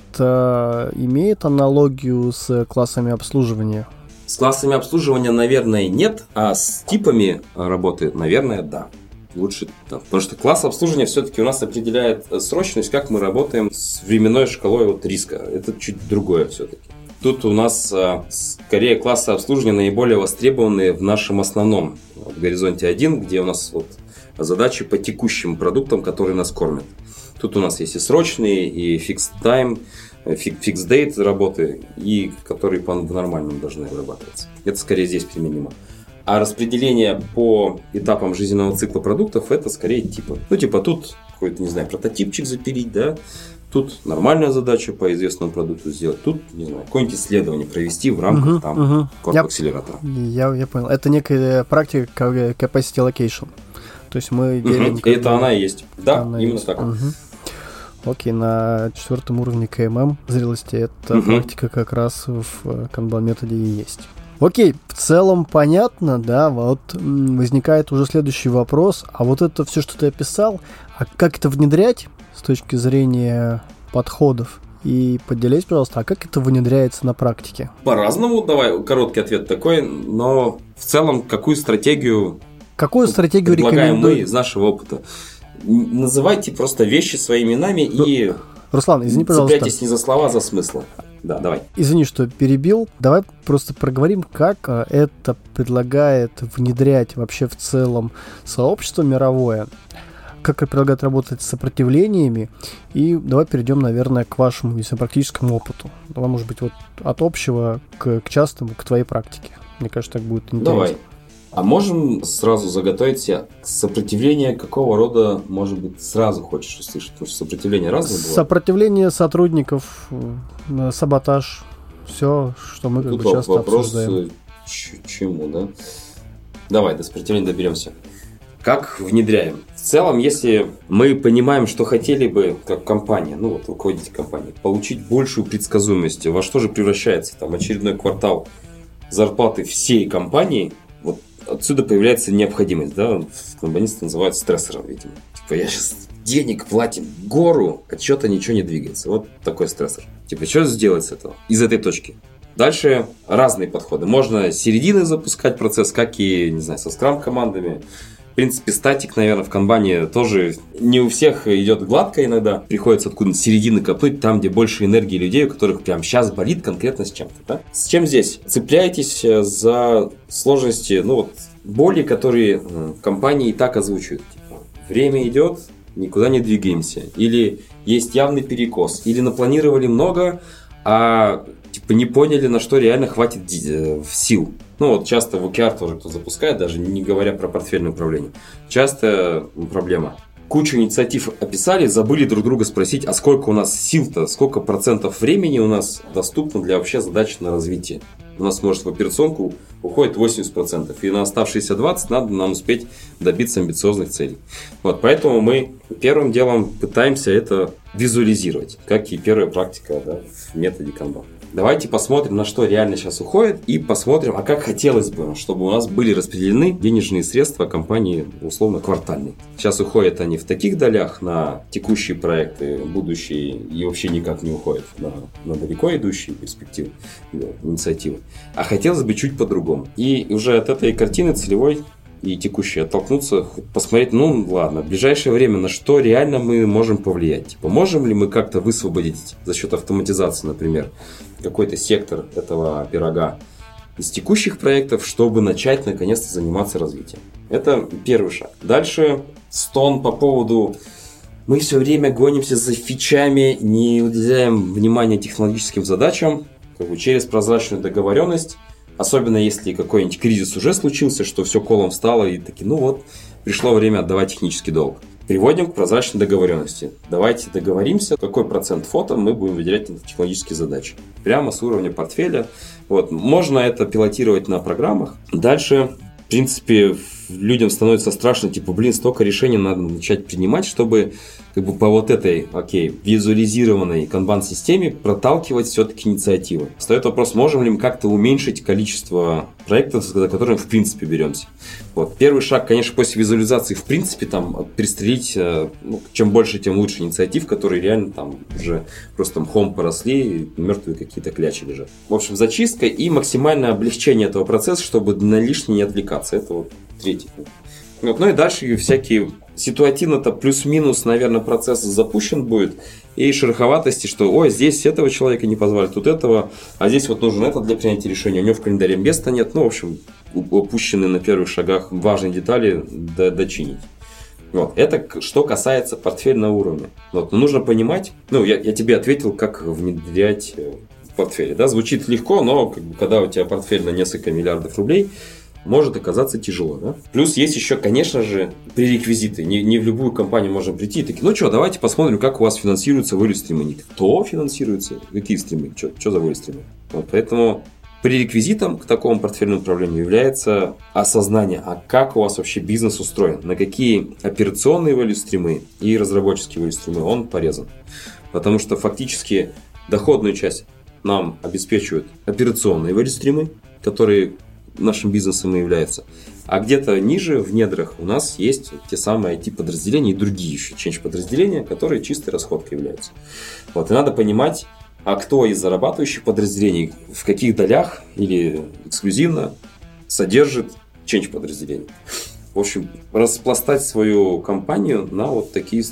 это имеет аналогию с классами обслуживания? С классами обслуживания, наверное, нет, а с типами работы, наверное, да. Лучше, да. Потому что класс обслуживания все-таки у нас определяет срочность, как мы работаем с временной шкалой риска. Это чуть другое все-таки. Тут у нас скорее классы обслуживания наиболее востребованные в нашем основном в горизонте 1, где у нас задачи по текущим продуктам, которые нас кормят. Тут у нас есть и срочные, и fixed time, fixed date работы, и которые по нормальному должны вырабатываться. Это скорее здесь применимо. А распределение по этапам жизненного цикла продуктов это скорее типа. Тут какой-то, не знаю, прототипчик запилить, да. Тут нормальная задача по известному продукту сделать. Тут, не знаю, какое-нибудь исследование провести в рамках корп-акселератора. Я понял. Это некая практика capacity allocation. То есть мы делим... Это она и есть. Да, именно так. Окей, на 4 уровне КММ зрелости эта практика как раз в канбан-методе и есть. Окей, в целом понятно, да, возникает уже следующий вопрос. А это все, что ты описал, а как это внедрять с точки зрения подходов? И поделись, пожалуйста, а как это внедряется на практике? По-разному, давай, короткий ответ такой, но в целом какую стратегию предлагаем мы из нашего опыта? Называйте просто вещи своими именами и Руслан, извини, пожалуйста. Цепляйтесь не за слова, а за смыслы. Да, давай. Извини, что перебил. Давай просто проговорим, как это предлагает внедрять вообще в целом сообщество мировое, как это предлагает работать с сопротивлениями. И давай перейдем, наверное, к вашему, если практическому опыту. Давай, может быть, вот от общего к частному, к твоей практике. Мне кажется, так будет интересно. Давай. А можем сразу заготовить себе сопротивление какого рода, может быть, сразу хочешь услышать? Потому что сопротивление разное бывает. Сопротивление сотрудников, саботаж, все, что мы как бы часто обсуждаем. Вопрос чему, да? Давай, до сопротивления доберемся. Как внедряем? В целом, если мы понимаем, что хотели бы, как компания, ну вот руководитель компании, получить большую предсказуемость, во что же превращается там очередной квартал зарплаты всей компании, вот отсюда появляется необходимость, да, компанисты называют стрессором, видимо. Типа, я сейчас денег платим гору, а что-то ничего не двигается. Вот такой стрессор. Типа, что сделать с этого? Из этой точки. Дальше разные подходы. Можно с середины запускать процесс, как и, не знаю, со скрам-командами. В принципе, статик, наверное, в канбане тоже не у всех идет гладко иногда. Приходится откуда-то с середины копнуть, там, где больше энергии людей, у которых прям сейчас болит конкретно с чем-то. Да? С чем здесь? Цепляйтесь за сложности, ну вот, боли, которые в компании и так озвучивают. Типа, время идет, никуда не двигаемся. Или есть явный перекос. Или напланировали много, а типа не поняли, на что реально хватит сил. Ну вот часто в OKR тоже кто запускает, даже не говоря про портфельное управление. Часто проблема. Кучу инициатив описали, забыли друг друга спросить, а сколько у нас сил-то, сколько процентов времени у нас доступно для вообще задач на развитие. У нас, может, в операционку уходит 80%, и на оставшиеся 20% надо нам успеть добиться амбициозных целей. Вот, поэтому мы первым делом пытаемся это визуализировать, как и первая практика, да, в методе Kanban. Давайте посмотрим, на что реально сейчас уходит, и посмотрим, а как хотелось бы, чтобы у нас были распределены денежные средства компании, условно, квартальные. Сейчас уходят они в таких долях на текущие проекты, будущие, и вообще никак не уходят на далеко идущие перспективы, инициативы. А хотелось бы чуть по-другому. И уже от этой картины целевой и текущей оттолкнуться, посмотреть, ну ладно, в ближайшее время на что реально мы можем повлиять. Типа, можем ли мы как-то высвободить за счет автоматизации, например, какой-то сектор этого пирога из текущих проектов, чтобы начать наконец-то заниматься развитием. Это первый шаг. Дальше стон по поводу мы все время гонимся за фичами, не уделяем внимания технологическим задачам, как бы через прозрачную договоренность. Особенно если какой-нибудь кризис уже случился, что все колом встало и таки, ну вот, пришло время отдавать технический долг. Приводим к прозрачной договоренности. Давайте договоримся, какой процент фото мы будем выделять на технологические задачи. Прямо с уровня портфеля. Вот. Можно это пилотировать на программах. Дальше, в принципе, людям становится страшно, типа, столько решений надо начать принимать, чтобы как бы по вот этой, визуализированной канбан-системе проталкивать все-таки инициативы. Встает вопрос, можем ли мы как-то уменьшить количество проектов, за которые в принципе беремся. Вот. Первый шаг, конечно, после визуализации, в принципе, там, пристрелить, чем больше, тем лучше инициатив, которые реально там уже просто мхом поросли, и мертвые какие-то клячи лежат. В общем, зачистка и максимальное облегчение этого процесса, чтобы на лишнее не отвлекаться. Это вот третий пункт. Вот. Ну и дальше всякие ситуативно-то плюс-минус, наверное, процесс запущен будет. И шероховатости, что ой, здесь этого человека не позвали, тут этого, а здесь вот нужен этот для принятия решения. У него в календаре места нет. Ну, в общем, упущенные на первых шагах важные детали дочинить. Вот. Это что касается портфельного уровня. Вот. Но нужно понимать, я тебе ответил, как внедрять в портфеле. Да? Звучит легко, но когда у тебя портфель на несколько миллиардов рублей, может оказаться тяжело, да? Плюс есть еще, конечно же, пререквизиты. Не в любую компанию можно прийти и такие, давайте посмотрим, как у вас финансируются value-стримы. Кто финансируется? Какие стримы? Что за value-стримы? Вот, поэтому пререквизитом к такому портфельному управлению является осознание, а как у вас вообще бизнес устроен, на какие операционные value-стримы и разработческие value-стримы он порезан. Потому что фактически доходную часть нам обеспечивают операционные value-стримы, которые нашим бизнесом и является. А где-то ниже, в недрах, у нас есть те самые IT-подразделения и другие еще change-подразделения, которые чистой расходкой являются. Вот, и надо понимать, а кто из зарабатывающих подразделений, в каких долях или эксклюзивно содержит change-подразделение. В общем, распластать свою компанию на вот такие стримы.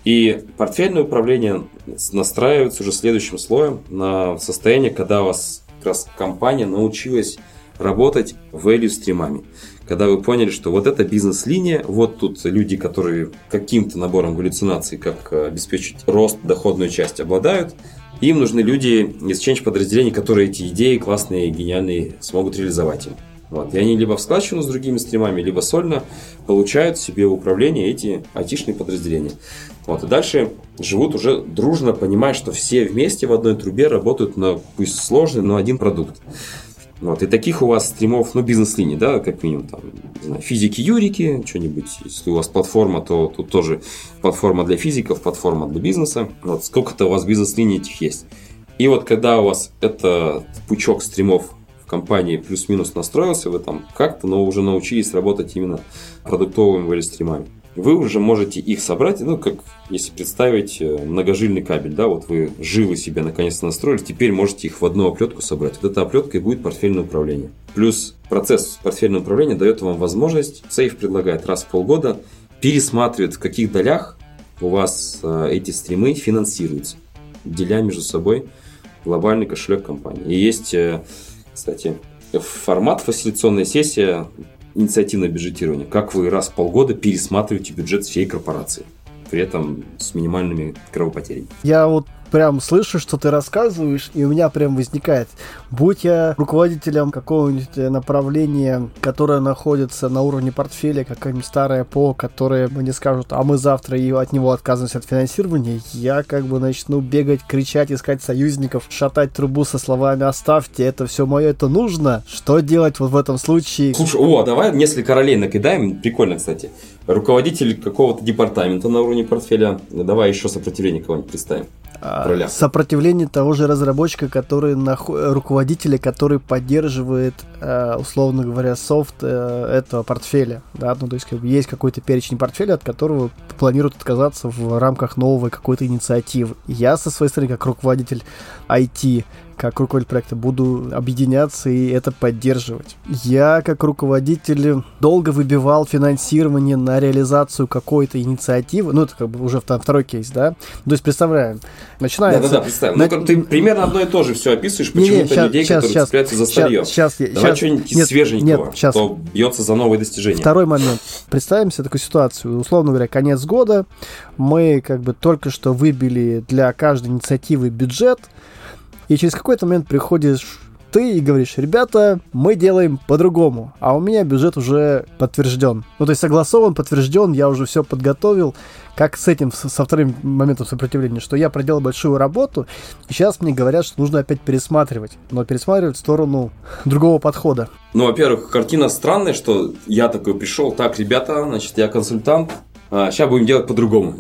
И портфельное управление настраивается уже следующим слоем на состояние, когда у вас как раз компания научилась работать value-стримами. Когда вы поняли, что вот эта бизнес-линия, вот тут люди, которые каким-то набором галлюцинаций, как обеспечить рост, доходную часть обладают, им нужны люди из change-подразделений, которые эти идеи классные, гениальные смогут реализовать им. Вот. И они либо в складчину с другими стримами, либо сольно получают себе в управление эти айтишные подразделения. Вот. И дальше живут уже дружно, понимая, что все вместе в одной трубе работают на, пусть сложный, но один продукт. Вот. И таких у вас стримов, бизнес-линий, да, как минимум, там, не знаю, физики, юрики, что-нибудь. Если у вас платформа, то тут тоже платформа для физиков, платформа для бизнеса. Вот. Сколько-то у вас бизнес-линий этих есть. И вот когда у вас этот пучок стримов в компании плюс-минус настроился, вы там как-то, но уже научились работать именно продуктовыми value-стримами. Вы уже можете их собрать, как если представить многожильный кабель, да, вот вы жилы себе наконец-то настроили, теперь можете их в одну оплетку собрать. Вот эта оплетка и будет портфельное управление. Плюс процесс портфельного управления дает вам возможность, Safe предлагает раз в полгода, пересматривать, в каких долях у вас эти стримы финансируются, деля между собой глобальный кошелек компании. И есть, кстати, формат фасилитационная сессия, инициативное бюджетирование. Как вы раз в полгода пересматриваете бюджет всей корпорации, при этом с минимальными кровопотерями. Я вот прям слышу, что ты рассказываешь, и у меня прям возникает. Будь я руководителем какого-нибудь направления, которое находится на уровне портфеля, какая-нибудь старая ПО, которые мне скажут, а мы завтра от него отказываемся от финансирования, я начну бегать, кричать, искать союзников, шатать трубу со словами «оставьте, это все мое, это нужно». Что делать вот в этом случае? Слушай, давай несколько ролей накидаем. Прикольно, кстати. Руководитель какого-то департамента на уровне портфеля. Давай еще сопротивление кого-нибудь представим. Сопротивление того же разработчика, руководителя, который поддерживает, условно говоря, софт этого портфеля. Да? То есть есть какой-то перечень портфеля, от которого планируют отказаться в рамках новой какой-то инициативы. Я со своей стороны, как руководитель IT, как руководитель проекта, буду объединяться и это поддерживать. Я, как руководитель, долго выбивал финансирование на реализацию какой-то инициативы. Это уже второй кейс, да? То есть, представляем, начинается... Да, представим. Ты примерно одно и то же все описываешь, почему-то людей, которые цепляются за старье. Давай что-нибудь свеженького, кто бьется за новые достижения. Второй момент. Представим себе такую ситуацию. Условно говоря, конец года. Мы только что выбили для каждой инициативы бюджет, и через какой-то момент приходишь ты и говоришь: ребята, мы делаем по-другому, а у меня бюджет уже подтвержден. То есть согласован, подтвержден, я уже все подготовил. Как с этим, со вторым моментом сопротивления, что я проделал большую работу, и сейчас мне говорят, что нужно опять пересматривать. Но пересматривать в сторону другого подхода. Во-первых, картина странная, что я такой пришел: так, ребята, значит, я консультант, сейчас будем делать по-другому.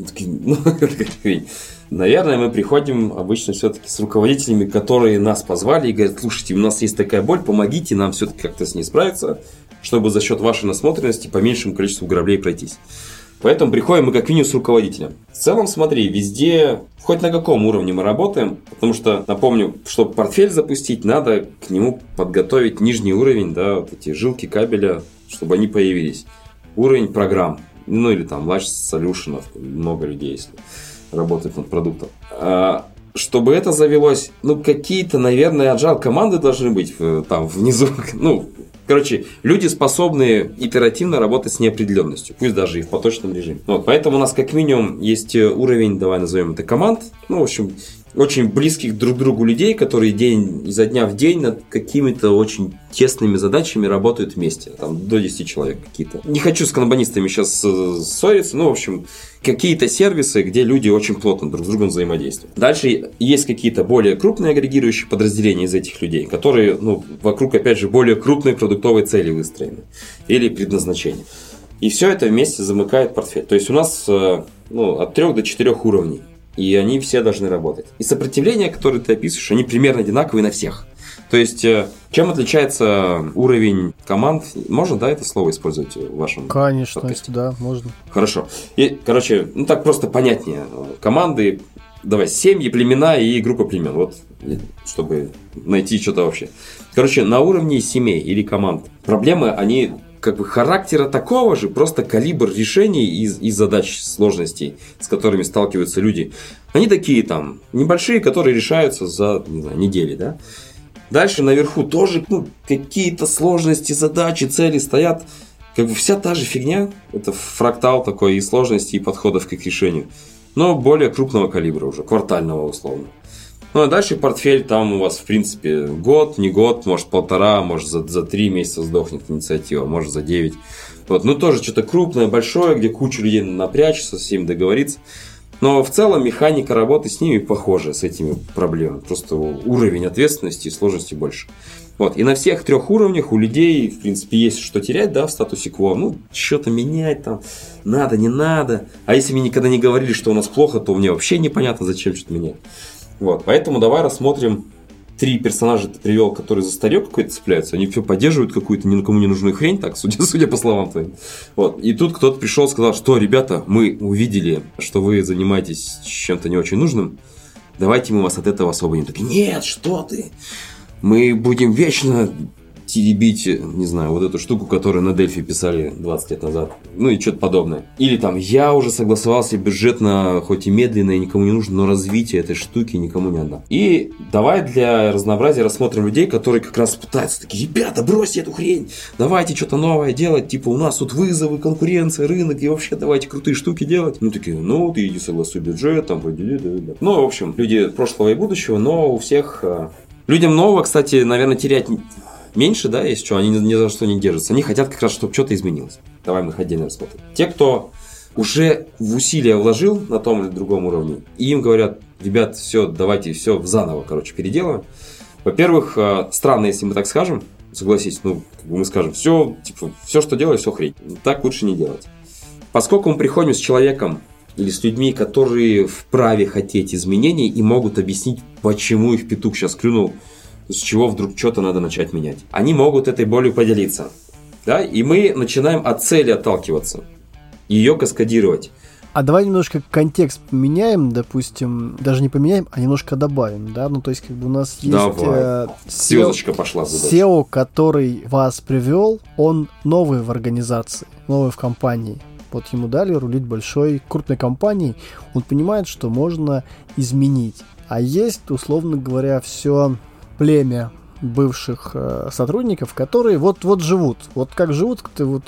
Наверное, мы приходим обычно все-таки с руководителями, которые нас позвали и говорят: слушайте, у нас есть такая боль, помогите нам все-таки как-то с ней справиться, чтобы за счет вашей насмотренности по меньшему количеству граблей пройтись. Поэтому приходим мы как минимум с руководителем. В целом, смотри, везде, хоть на каком уровне мы работаем, потому что, напомню, чтобы портфель запустить, надо к нему подготовить нижний уровень, да, вот эти жилки кабеля, чтобы они появились. Уровень программ, или там large solution, много людей, если работать над продуктом. Чтобы это завелось, какие-то, наверное, agile команды должны быть там внизу. Люди, способные оперативно работать с неопределенностью, пусть даже и в поточном режиме. Поэтому у нас как минимум есть уровень, давай назовем это команд, очень близких друг к другу людей, которые день изо дня в день над какими-то очень тесными задачами работают вместе. Там до 10 человек какие-то. Не хочу с канбанистами сейчас ссориться, какие-то сервисы, где люди очень плотно друг с другом взаимодействуют. Дальше есть какие-то более крупные агрегирующие подразделения из этих людей, которые, вокруг, опять же, более крупной продуктовой цели выстроены. Или предназначения. И все это вместе замыкает портфель. То есть у нас от 3 до 4 уровней. И они все должны работать. И сопротивления, которые ты описываешь, они примерно одинаковые на всех. То есть, чем отличается уровень команд? Можно, да, это слово использовать в вашем Конечно, подкасте? Да, можно. Хорошо. И, так просто понятнее. Команды, семьи, племена и группа племен. Вот, чтобы найти что-то вообще. На уровне семей или команд проблемы, они как бы характера такого же, просто калибр решений и задач, сложностей, с которыми сталкиваются люди. Они такие там небольшие, которые решаются за, не знаю, недели, да. Дальше наверху тоже какие-то сложности, задачи, цели стоят. Как бы вся та же фигня. Это фрактал такой и сложностей, и подходов к их решению. Но более крупного калибра уже, квартального условно. Ну а дальше портфель там у вас в принципе год, не год, может 1,5, может за 3 месяца сдохнет инициатива, может за 9. Вот. Ну тоже что-то крупное, большое, где куча людей напрячься, со всеми договориться. Но в целом механика работы с ними похожа, с этими проблемами. Просто уровень ответственности и сложности больше. Вот. И на всех 3 уровнях у людей, в принципе, есть что терять, да, в статусе кво. Ну, что-то менять там, надо, не надо. А если мне никогда не говорили, что у нас плохо, то мне вообще непонятно, зачем что-то менять. Вот. Поэтому давай рассмотрим 3 персонажа ты привел, которые за старье какое-то цепляются. Они все поддерживают какую-то никому не нужную хрень, так, судя по словам твоим. Вот. И тут кто-то пришел и сказал, что, ребята, мы увидели, что вы занимаетесь чем-то не очень нужным. Давайте мы вас от этого освободим. Такие, нет, что ты? Мы будем вечно теребить, не знаю, вот эту штуку, которую на Дельфи писали 20 лет назад. Ну и что-то подобное. Или там, я уже согласовал себе бюджет на, хоть и медленно, и никому не нужно, но развитие этой штуки никому не отдам. И давай для разнообразия рассмотрим людей, которые как раз пытаются. Такие, ребята, бросьте эту хрень, давайте что-то новое делать. Типа, у нас тут вызовы, конкуренция, рынок, и вообще давайте крутые штуки делать. Ну такие, ну ты иди согласуй бюджет, там, подели, да. Ну, в общем, люди прошлого и будущего, но у всех... Людям нового, кстати, наверное, терять меньше, да, если что, они ни за что не держатся. Они хотят как раз, чтобы что-то изменилось. Давай мы их отдельно рассмотрим. Те, кто уже в усилия вложил на том или другом уровне, и им говорят, ребят, все, давайте все заново, переделаем. Во-первых, странно, если мы так скажем, согласитесь, мы скажем, все, что делаешь, все хрень. Так лучше не делать. Поскольку мы приходим с человеком или с людьми, которые вправе хотеть изменений и могут объяснить, почему их петух сейчас клюнул, с чего вдруг что-то надо начать менять. Они могут этой болью поделиться. Да? И мы начинаем от цели отталкиваться. Ее каскадировать. А давай немножко контекст поменяем, допустим, даже не поменяем, а немножко добавим, да? Ну, то есть, у нас есть звездочка пошла задача. SEO, который вас привел, он новый в организации, новый в компании. Вот ему дали рулить большой, крупной компанией, он понимает, что можно изменить. А есть, условно говоря, все племя бывших сотрудников, которые вот живут. Вот как живут,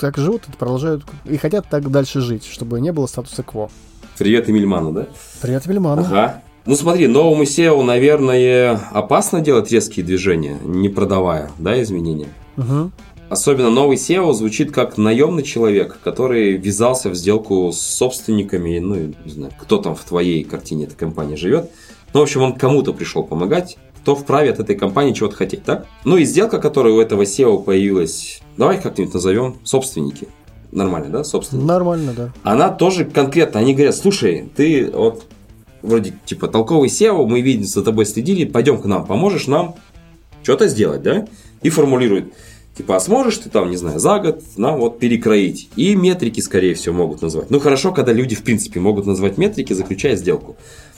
и продолжают, и хотят так дальше жить, чтобы не было статуса кво. Привет Эмильману, да? Привет Эмильману. Ага. Ну смотри, новому SEO, наверное, опасно делать резкие движения, не продавая, да, изменения. Угу. Особенно новый SEO звучит как наемный человек, который ввязался в сделку с собственниками, не знаю, кто там в твоей картине этой компании живет. Ну, в общем, он кому-то пришел помогать, кто вправе от этой компании чего-то хотеть, так? Ну и сделка, которая у этого SEO появилась, давай как-нибудь назовем собственники. Нормально, да, собственники? Нормально, да. Она тоже конкретно, они говорят, слушай, ты вот вроде толковый SEO, мы видим, за тобой следили, пойдем к нам, поможешь нам что-то сделать, да? И формулирует, а сможешь ты там, не знаю, за год нам вот перекроить? И метрики, скорее всего, могут назвать. Ну, хорошо, когда люди, в принципе, могут назвать метрики, заключая сделку.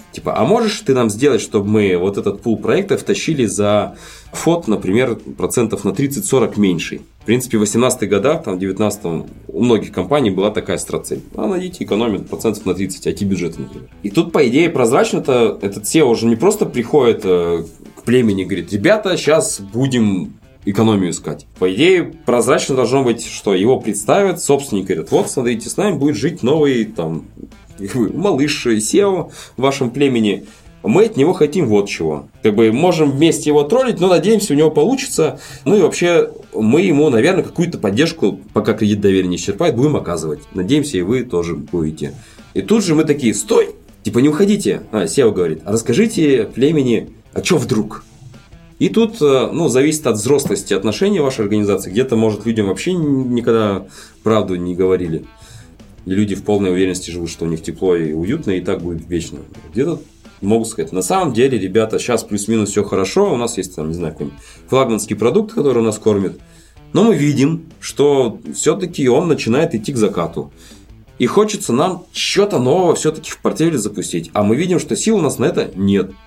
А можешь ты нам сделать, чтобы мы вот этот пул проектов тащили за фот, например, процентов на 30-40 меньше? В принципе, в 18-х годах, там, в 19-м у многих компаний была такая стратегия. А найдите экономит процентов на 30 IT-бюджета, например. И тут, по идее, прозрачно-то этот SEO уже не просто приходит к племени и говорит, ребята, сейчас будем экономию искать. По идее, прозрачно должно быть, что его представят, собственник говорит, вот, смотрите, с нами будет жить новый, там, малыш SEO в вашем племени, мы от него хотим вот чего. Можем вместе его троллить, но надеемся, у него получится. Ну и вообще, мы ему, наверное, какую-то поддержку, пока кредит доверия не исчерпает, будем оказывать. Надеемся, и вы тоже будете. И тут же мы такие, стой! Не уходите. SEO говорит, а расскажите племени, а что вдруг? И тут, зависит от взрослости отношений вашей организации. Где-то, может, людям вообще никогда правду не говорили. И люди в полной уверенности живут, что у них тепло и уютно, и так будет вечно. Где-то могут сказать, на самом деле, ребята, сейчас плюс-минус все хорошо, у нас есть, там, не знаю, какой-нибудь флагманский продукт, который нас кормит, но мы видим, что все-таки он начинает идти к закату. И хочется нам что-то нового все-таки в портфеле запустить. А мы видим, что сил у нас на это нет.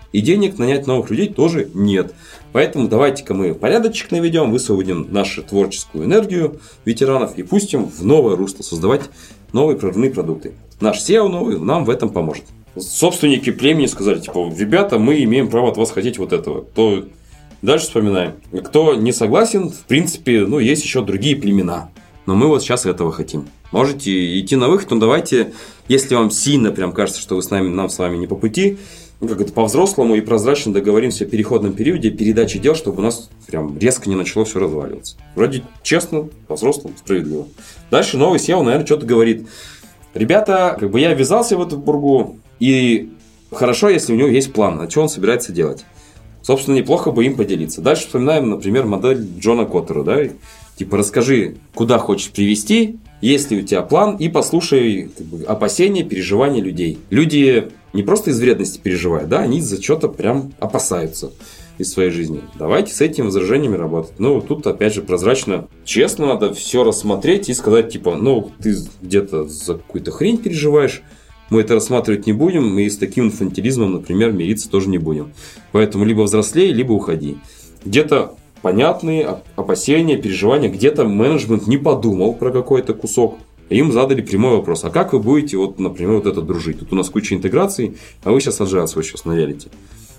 И денег нанять новых людей тоже нет. Поэтому давайте-ка мы порядочек наведем, высвободим нашу творческую энергию ветеранов и пустим в новое русло создавать новые прорывные продукты. Наш SEO новый нам в этом поможет. Собственники племени сказали, типа, ребята, мы имеем право от вас хотеть вот этого. То дальше вспоминаем. Кто не согласен, в принципе, есть еще другие племена. Но мы вот сейчас этого хотим. Можете идти на выход, но давайте, если вам сильно прям кажется, что нам с вами не по пути, как это по-взрослому и прозрачно договоримся о переходном периоде передачи дел, чтобы у нас прям резко не начало все разваливаться. Вроде честно, по-взрослому, справедливо. Дальше новый SEO, наверное, что-то говорит. Ребята, я ввязался в эту пургу, и хорошо, если у него есть план, а что он собирается делать. Собственно, неплохо бы им поделиться. Дальше вспоминаем, например, модель Джона Коттера, да? Типа, расскажи, куда хочешь привести, есть ли у тебя план, и послушай опасения, переживания людей. Люди не просто из вредности переживают, да, они из-за чего-то прям опасаются из своей жизни. Давайте с этими возражениями работать. Тут, опять же, прозрачно, честно надо все рассмотреть и сказать, типа, ты где-то за какую-то хрень переживаешь, мы это рассматривать не будем, и с таким инфантилизмом, например, мириться тоже не будем. Поэтому либо взрослей, либо уходи. Где-то понятные опасения, переживания, где-то менеджмент не подумал про какой-то кусок, и им задали прямой вопрос, а как вы будете, например, это дружить? Тут у нас куча интеграций, а вы сейчас agile свой сейчас навялите.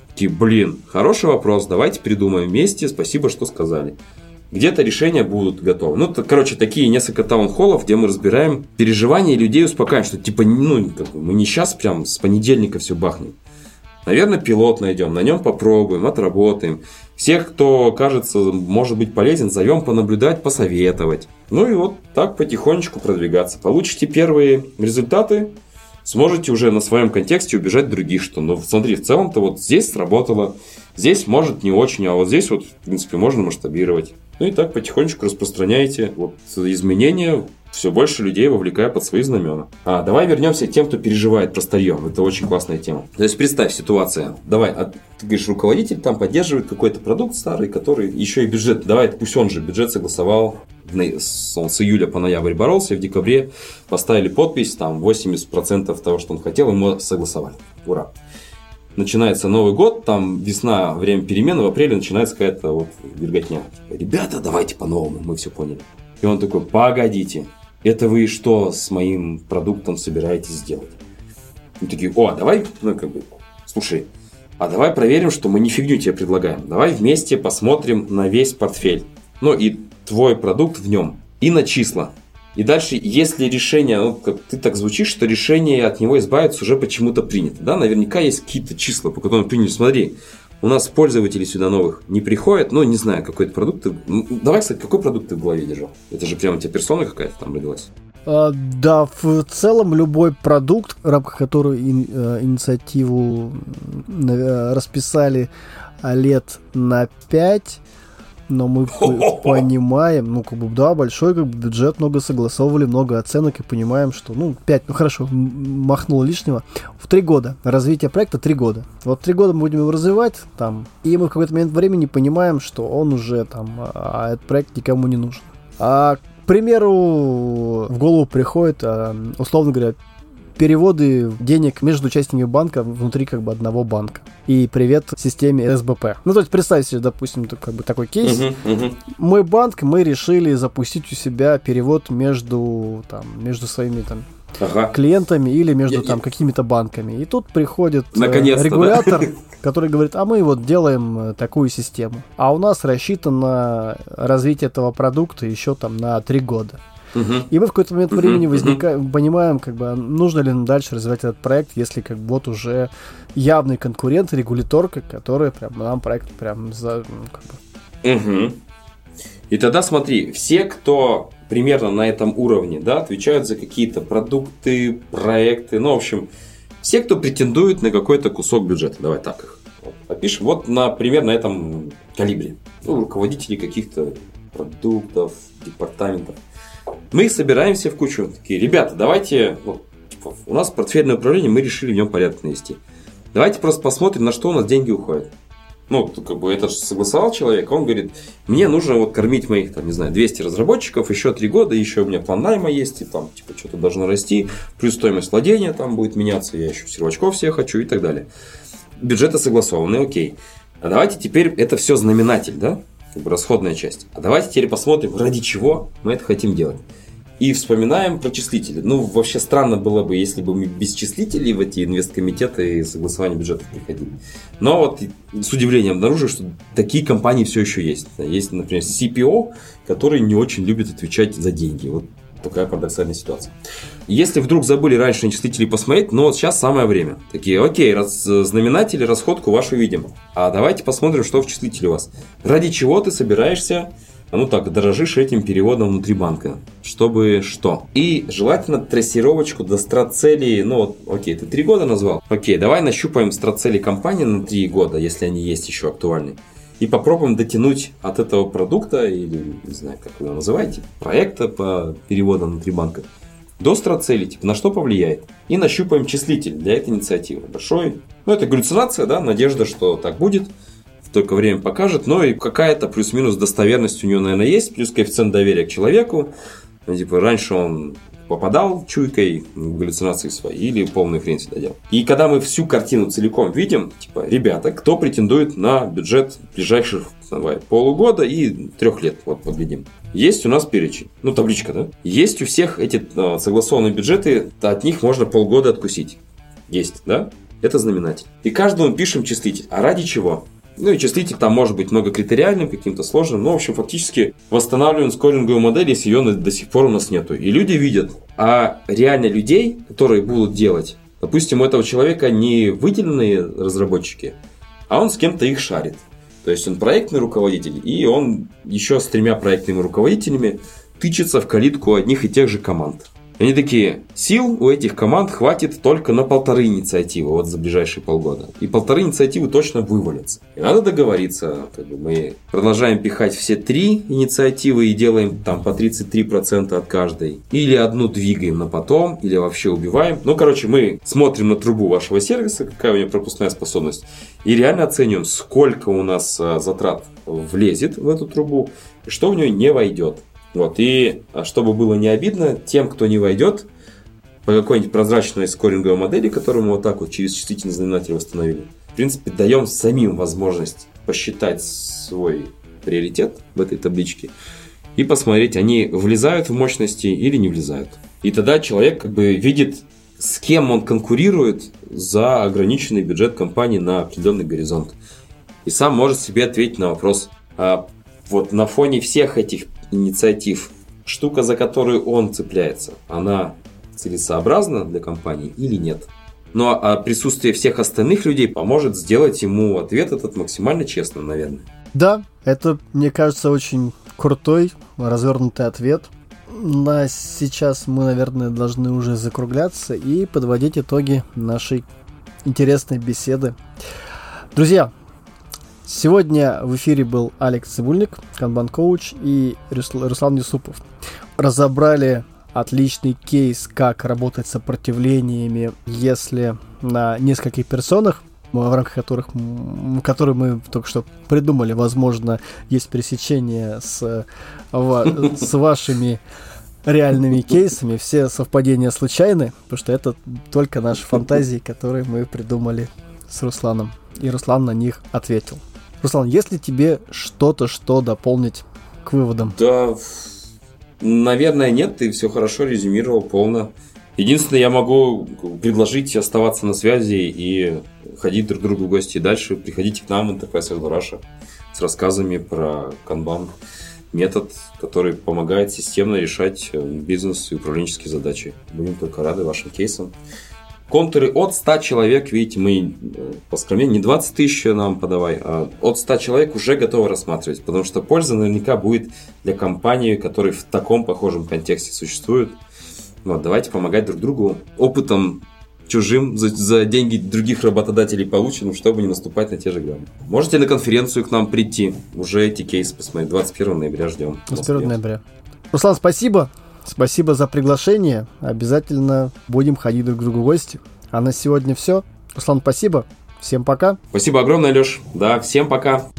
Хороший вопрос, давайте придумаем вместе, спасибо, что сказали. Где-то решения будут готовы. Такие несколько таунхоллов, где мы разбираем переживания людей, успокаиваем, что мы не сейчас прям с понедельника все бахнем. Наверное, пилот найдем, на нем попробуем, отработаем. Всех, кто кажется, может быть полезен, зовем понаблюдать, посоветовать. И вот так потихонечку продвигаться. Получите первые результаты, сможете уже на своем контексте убежать других, что, смотри, в целом-то здесь сработало, здесь может не очень, а вот здесь в принципе, можно масштабировать. И так потихонечку распространяете изменения, все больше людей вовлекая под свои знамена. Давай вернемся к тем, кто переживает про старье. Это очень классная тема. То есть, представь ситуацию. Давай, ты говоришь, руководитель там поддерживает какой-то продукт старый, который еще и бюджет. Давай, пусть он же бюджет согласовал. Он с июля по ноябрь боролся, и в декабре поставили подпись, там 80% того, что он хотел, ему согласовали. Ура! Начинается Новый год, там весна, время перемен, в апреле начинается какая-то верготня. Ребята, давайте по-новому, мы все поняли. И он такой, погодите, это вы что с моим продуктом собираетесь сделать? Мы такие, давай, слушай, давай проверим, что мы не фигню тебе предлагаем. Давай вместе посмотрим на весь портфель. И твой продукт в нем, и на числа. И дальше, если решение, как ты так звучишь, что решение от него избавиться уже почему-то принято. Да, наверняка есть какие-то числа, по которым приняли. Смотри, у нас пользователей сюда новых не приходят, не знаю, какой-то продукт. Давай, кстати, какой продукт ты в голове держал? Это же прямо у тебя персона какая-то там родилась? Да, в целом любой продукт, в рамках которого инициативу расписали лет на 5, но мы понимаем, большой бюджет, много согласовывали, много оценок и понимаем, что, 5, хорошо, махнуло лишнего. В 3 года. Развитие проекта 3 года. 3 года мы будем его развивать, и мы в какой-то момент времени понимаем, что он уже этот проект никому не нужен. К примеру, в голову приходит, условно говоря, переводы денег между участниками банка внутри одного банка. И привет системе СБП. То есть представь себе, допустим, такой кейс. Мы банк, мы решили запустить у себя перевод между своими клиентами или между какими-то банками. И тут приходит регулятор, который говорит, мы делаем такую систему. А у нас рассчитано развитие этого продукта еще на 3 года. И мы в какой-то момент времени понимаем, нужно ли нам дальше развивать этот проект, если уже явный конкурент, регуляторка, который нам проект И тогда смотри, все, кто примерно на этом уровне, да, отвечают за какие-то продукты, проекты, в общем, все, кто претендует на какой-то кусок бюджета, давай так их опишем, например, на этом калибре, руководители каких-то продуктов, департаментов. Мы их собираем все в кучу. Такие, ребята, давайте, у нас портфельное управление, мы решили в нем порядок навести. Давайте просто посмотрим, на что у нас деньги уходят. Это же согласовал человек, он говорит, мне нужно кормить моих, 200 разработчиков, еще 3 года, еще у меня план найма есть, и что-то должно расти, плюс стоимость владения будет меняться, я еще сервачков всех хочу и так далее. бюджеты согласованы, окей. А давайте теперь это все знаменатель, да? Как бы расходная часть. А давайте теперь посмотрим, ради чего мы это хотим делать. И вспоминаем про числители. Ну, вообще странно было бы, если бы мы без числителей в эти инвесткомитеты и согласование бюджетов приходили. Но вот с удивлением обнаружил, что такие компании все еще есть. Есть, например, CPO, который не очень любит отвечать за деньги. Вот такая парадоксальная ситуация. Если вдруг забыли раньше на числители посмотреть, но вот сейчас самое время. Такие, окей, знаменатели, расходку вашу видим. А давайте посмотрим, что в числителе у вас. Ради чего ты собираешься, дорожишь этим переводом внутри банка. Чтобы что? И желательно трассировочку до страт-целей. Окей, ты 3 года назвал. Окей, давай нащупаем страт-цели компании на 3 года, если они есть еще актуальны. И попробуем дотянуть от этого продукта, или, не знаю, как вы его называете, проекта по переводам внутри банка, до страт-цели, на что повлияет. И нащупаем числитель для этой инициативы. Большой. Это галлюцинация, да, надежда, что так будет. Только время покажет. Но и какая-то плюс-минус достоверность у него, наверное, есть. Плюс коэффициент доверия к человеку. Раньше он попадал чуйкой в галлюцинации свои или полную хрень сюда делал. И когда мы всю картину целиком видим, ребята, кто претендует на бюджет ближайших полугода и 3 лет, поглядим. Есть у нас перечень, табличка, да? Есть у всех эти согласованные бюджеты, от них можно полгода откусить. Есть, да? Это знаменатель. И каждому пишем числитель. А ради чего? И числитель там может быть многокритериальным, каким-то сложным. Но, в общем, фактически восстанавливаем скоринговую модель, если ее до сих пор у нас нету. И люди видят. А реально людей, которые будут делать, допустим, у этого человека не выделенные разработчики, а он с кем-то их шарит. То есть он проектный руководитель, и он еще с 3 проектными руководителями тычется в калитку одних и тех же команд. И они такие, сил у этих команд хватит только на 1,5 инициативы за ближайшие полгода. И 1,5 инициативы точно вывалятся. И надо договориться. Мы продолжаем пихать все 3 инициативы и делаем по 33% от каждой. Или одну двигаем на потом, или вообще убиваем. Мы смотрим на трубу вашего сервиса, какая у нее пропускная способность. И реально оцениваем, сколько у нас затрат влезет в эту трубу, и что в нее не войдет. И чтобы было не обидно, тем, кто не войдет, по какой-нибудь прозрачной скоринговой модели, которую мы через числительный знаменатель восстановили, в принципе, даем самим возможность посчитать свой приоритет в этой табличке и посмотреть, они влезают в мощности или не влезают. И тогда человек видит, с кем он конкурирует за ограниченный бюджет компании на определенный горизонт. И сам может себе ответить на вопрос, на фоне всех этих инициатив, штука, за которую он цепляется, она целесообразна для компании или нет? А присутствие всех остальных людей поможет сделать ему ответ этот максимально честным, наверное. Да, это, мне кажется, очень крутой, развернутый ответ. На сейчас мы, наверное, должны уже закругляться и подводить итоги нашей интересной беседы. Друзья, сегодня в эфире был Алекс Цибульник, Kanban-коуч, и Руслан Юсупов. Разобрали отличный кейс, как работать с сопротивлениями, если на нескольких персонах, в рамках которые мы только что придумали, возможно, есть пересечение с вашими реальными кейсами. Все совпадения случайны, потому что это только наши фантазии, которые мы придумали с Русланом. И Руслан на них ответил. Руслан, есть ли тебе что-то, что дополнить к выводам? Да, наверное, нет. Ты все хорошо резюмировал, полно. Единственное, я могу предложить оставаться на связи и ходить друг к другу в гости дальше. Приходите к нам в Enterprise Value Russia с рассказами про Kanban, метод, который помогает системно решать бизнес и управленческие задачи. Будем только рады вашим кейсам. Контуры от 100 человек, видите, мы по скроме не 20 тысяч нам подавай, а от 100 человек уже готовы рассматривать, потому что польза наверняка будет для компании, которые в таком похожем контексте существуют. Давайте помогать друг другу опытом чужим за деньги других работодателей полученным, чтобы не наступать на те же грабли. Можете на конференцию к нам прийти, уже эти кейсы посмотреть. 21 ноября ждем. 21 ноября. Руслан, спасибо. Спасибо за приглашение. Обязательно будем ходить друг к другу в гости. А на сегодня все. Руслан, спасибо. Всем пока. Спасибо огромное, Леш. Да, всем пока.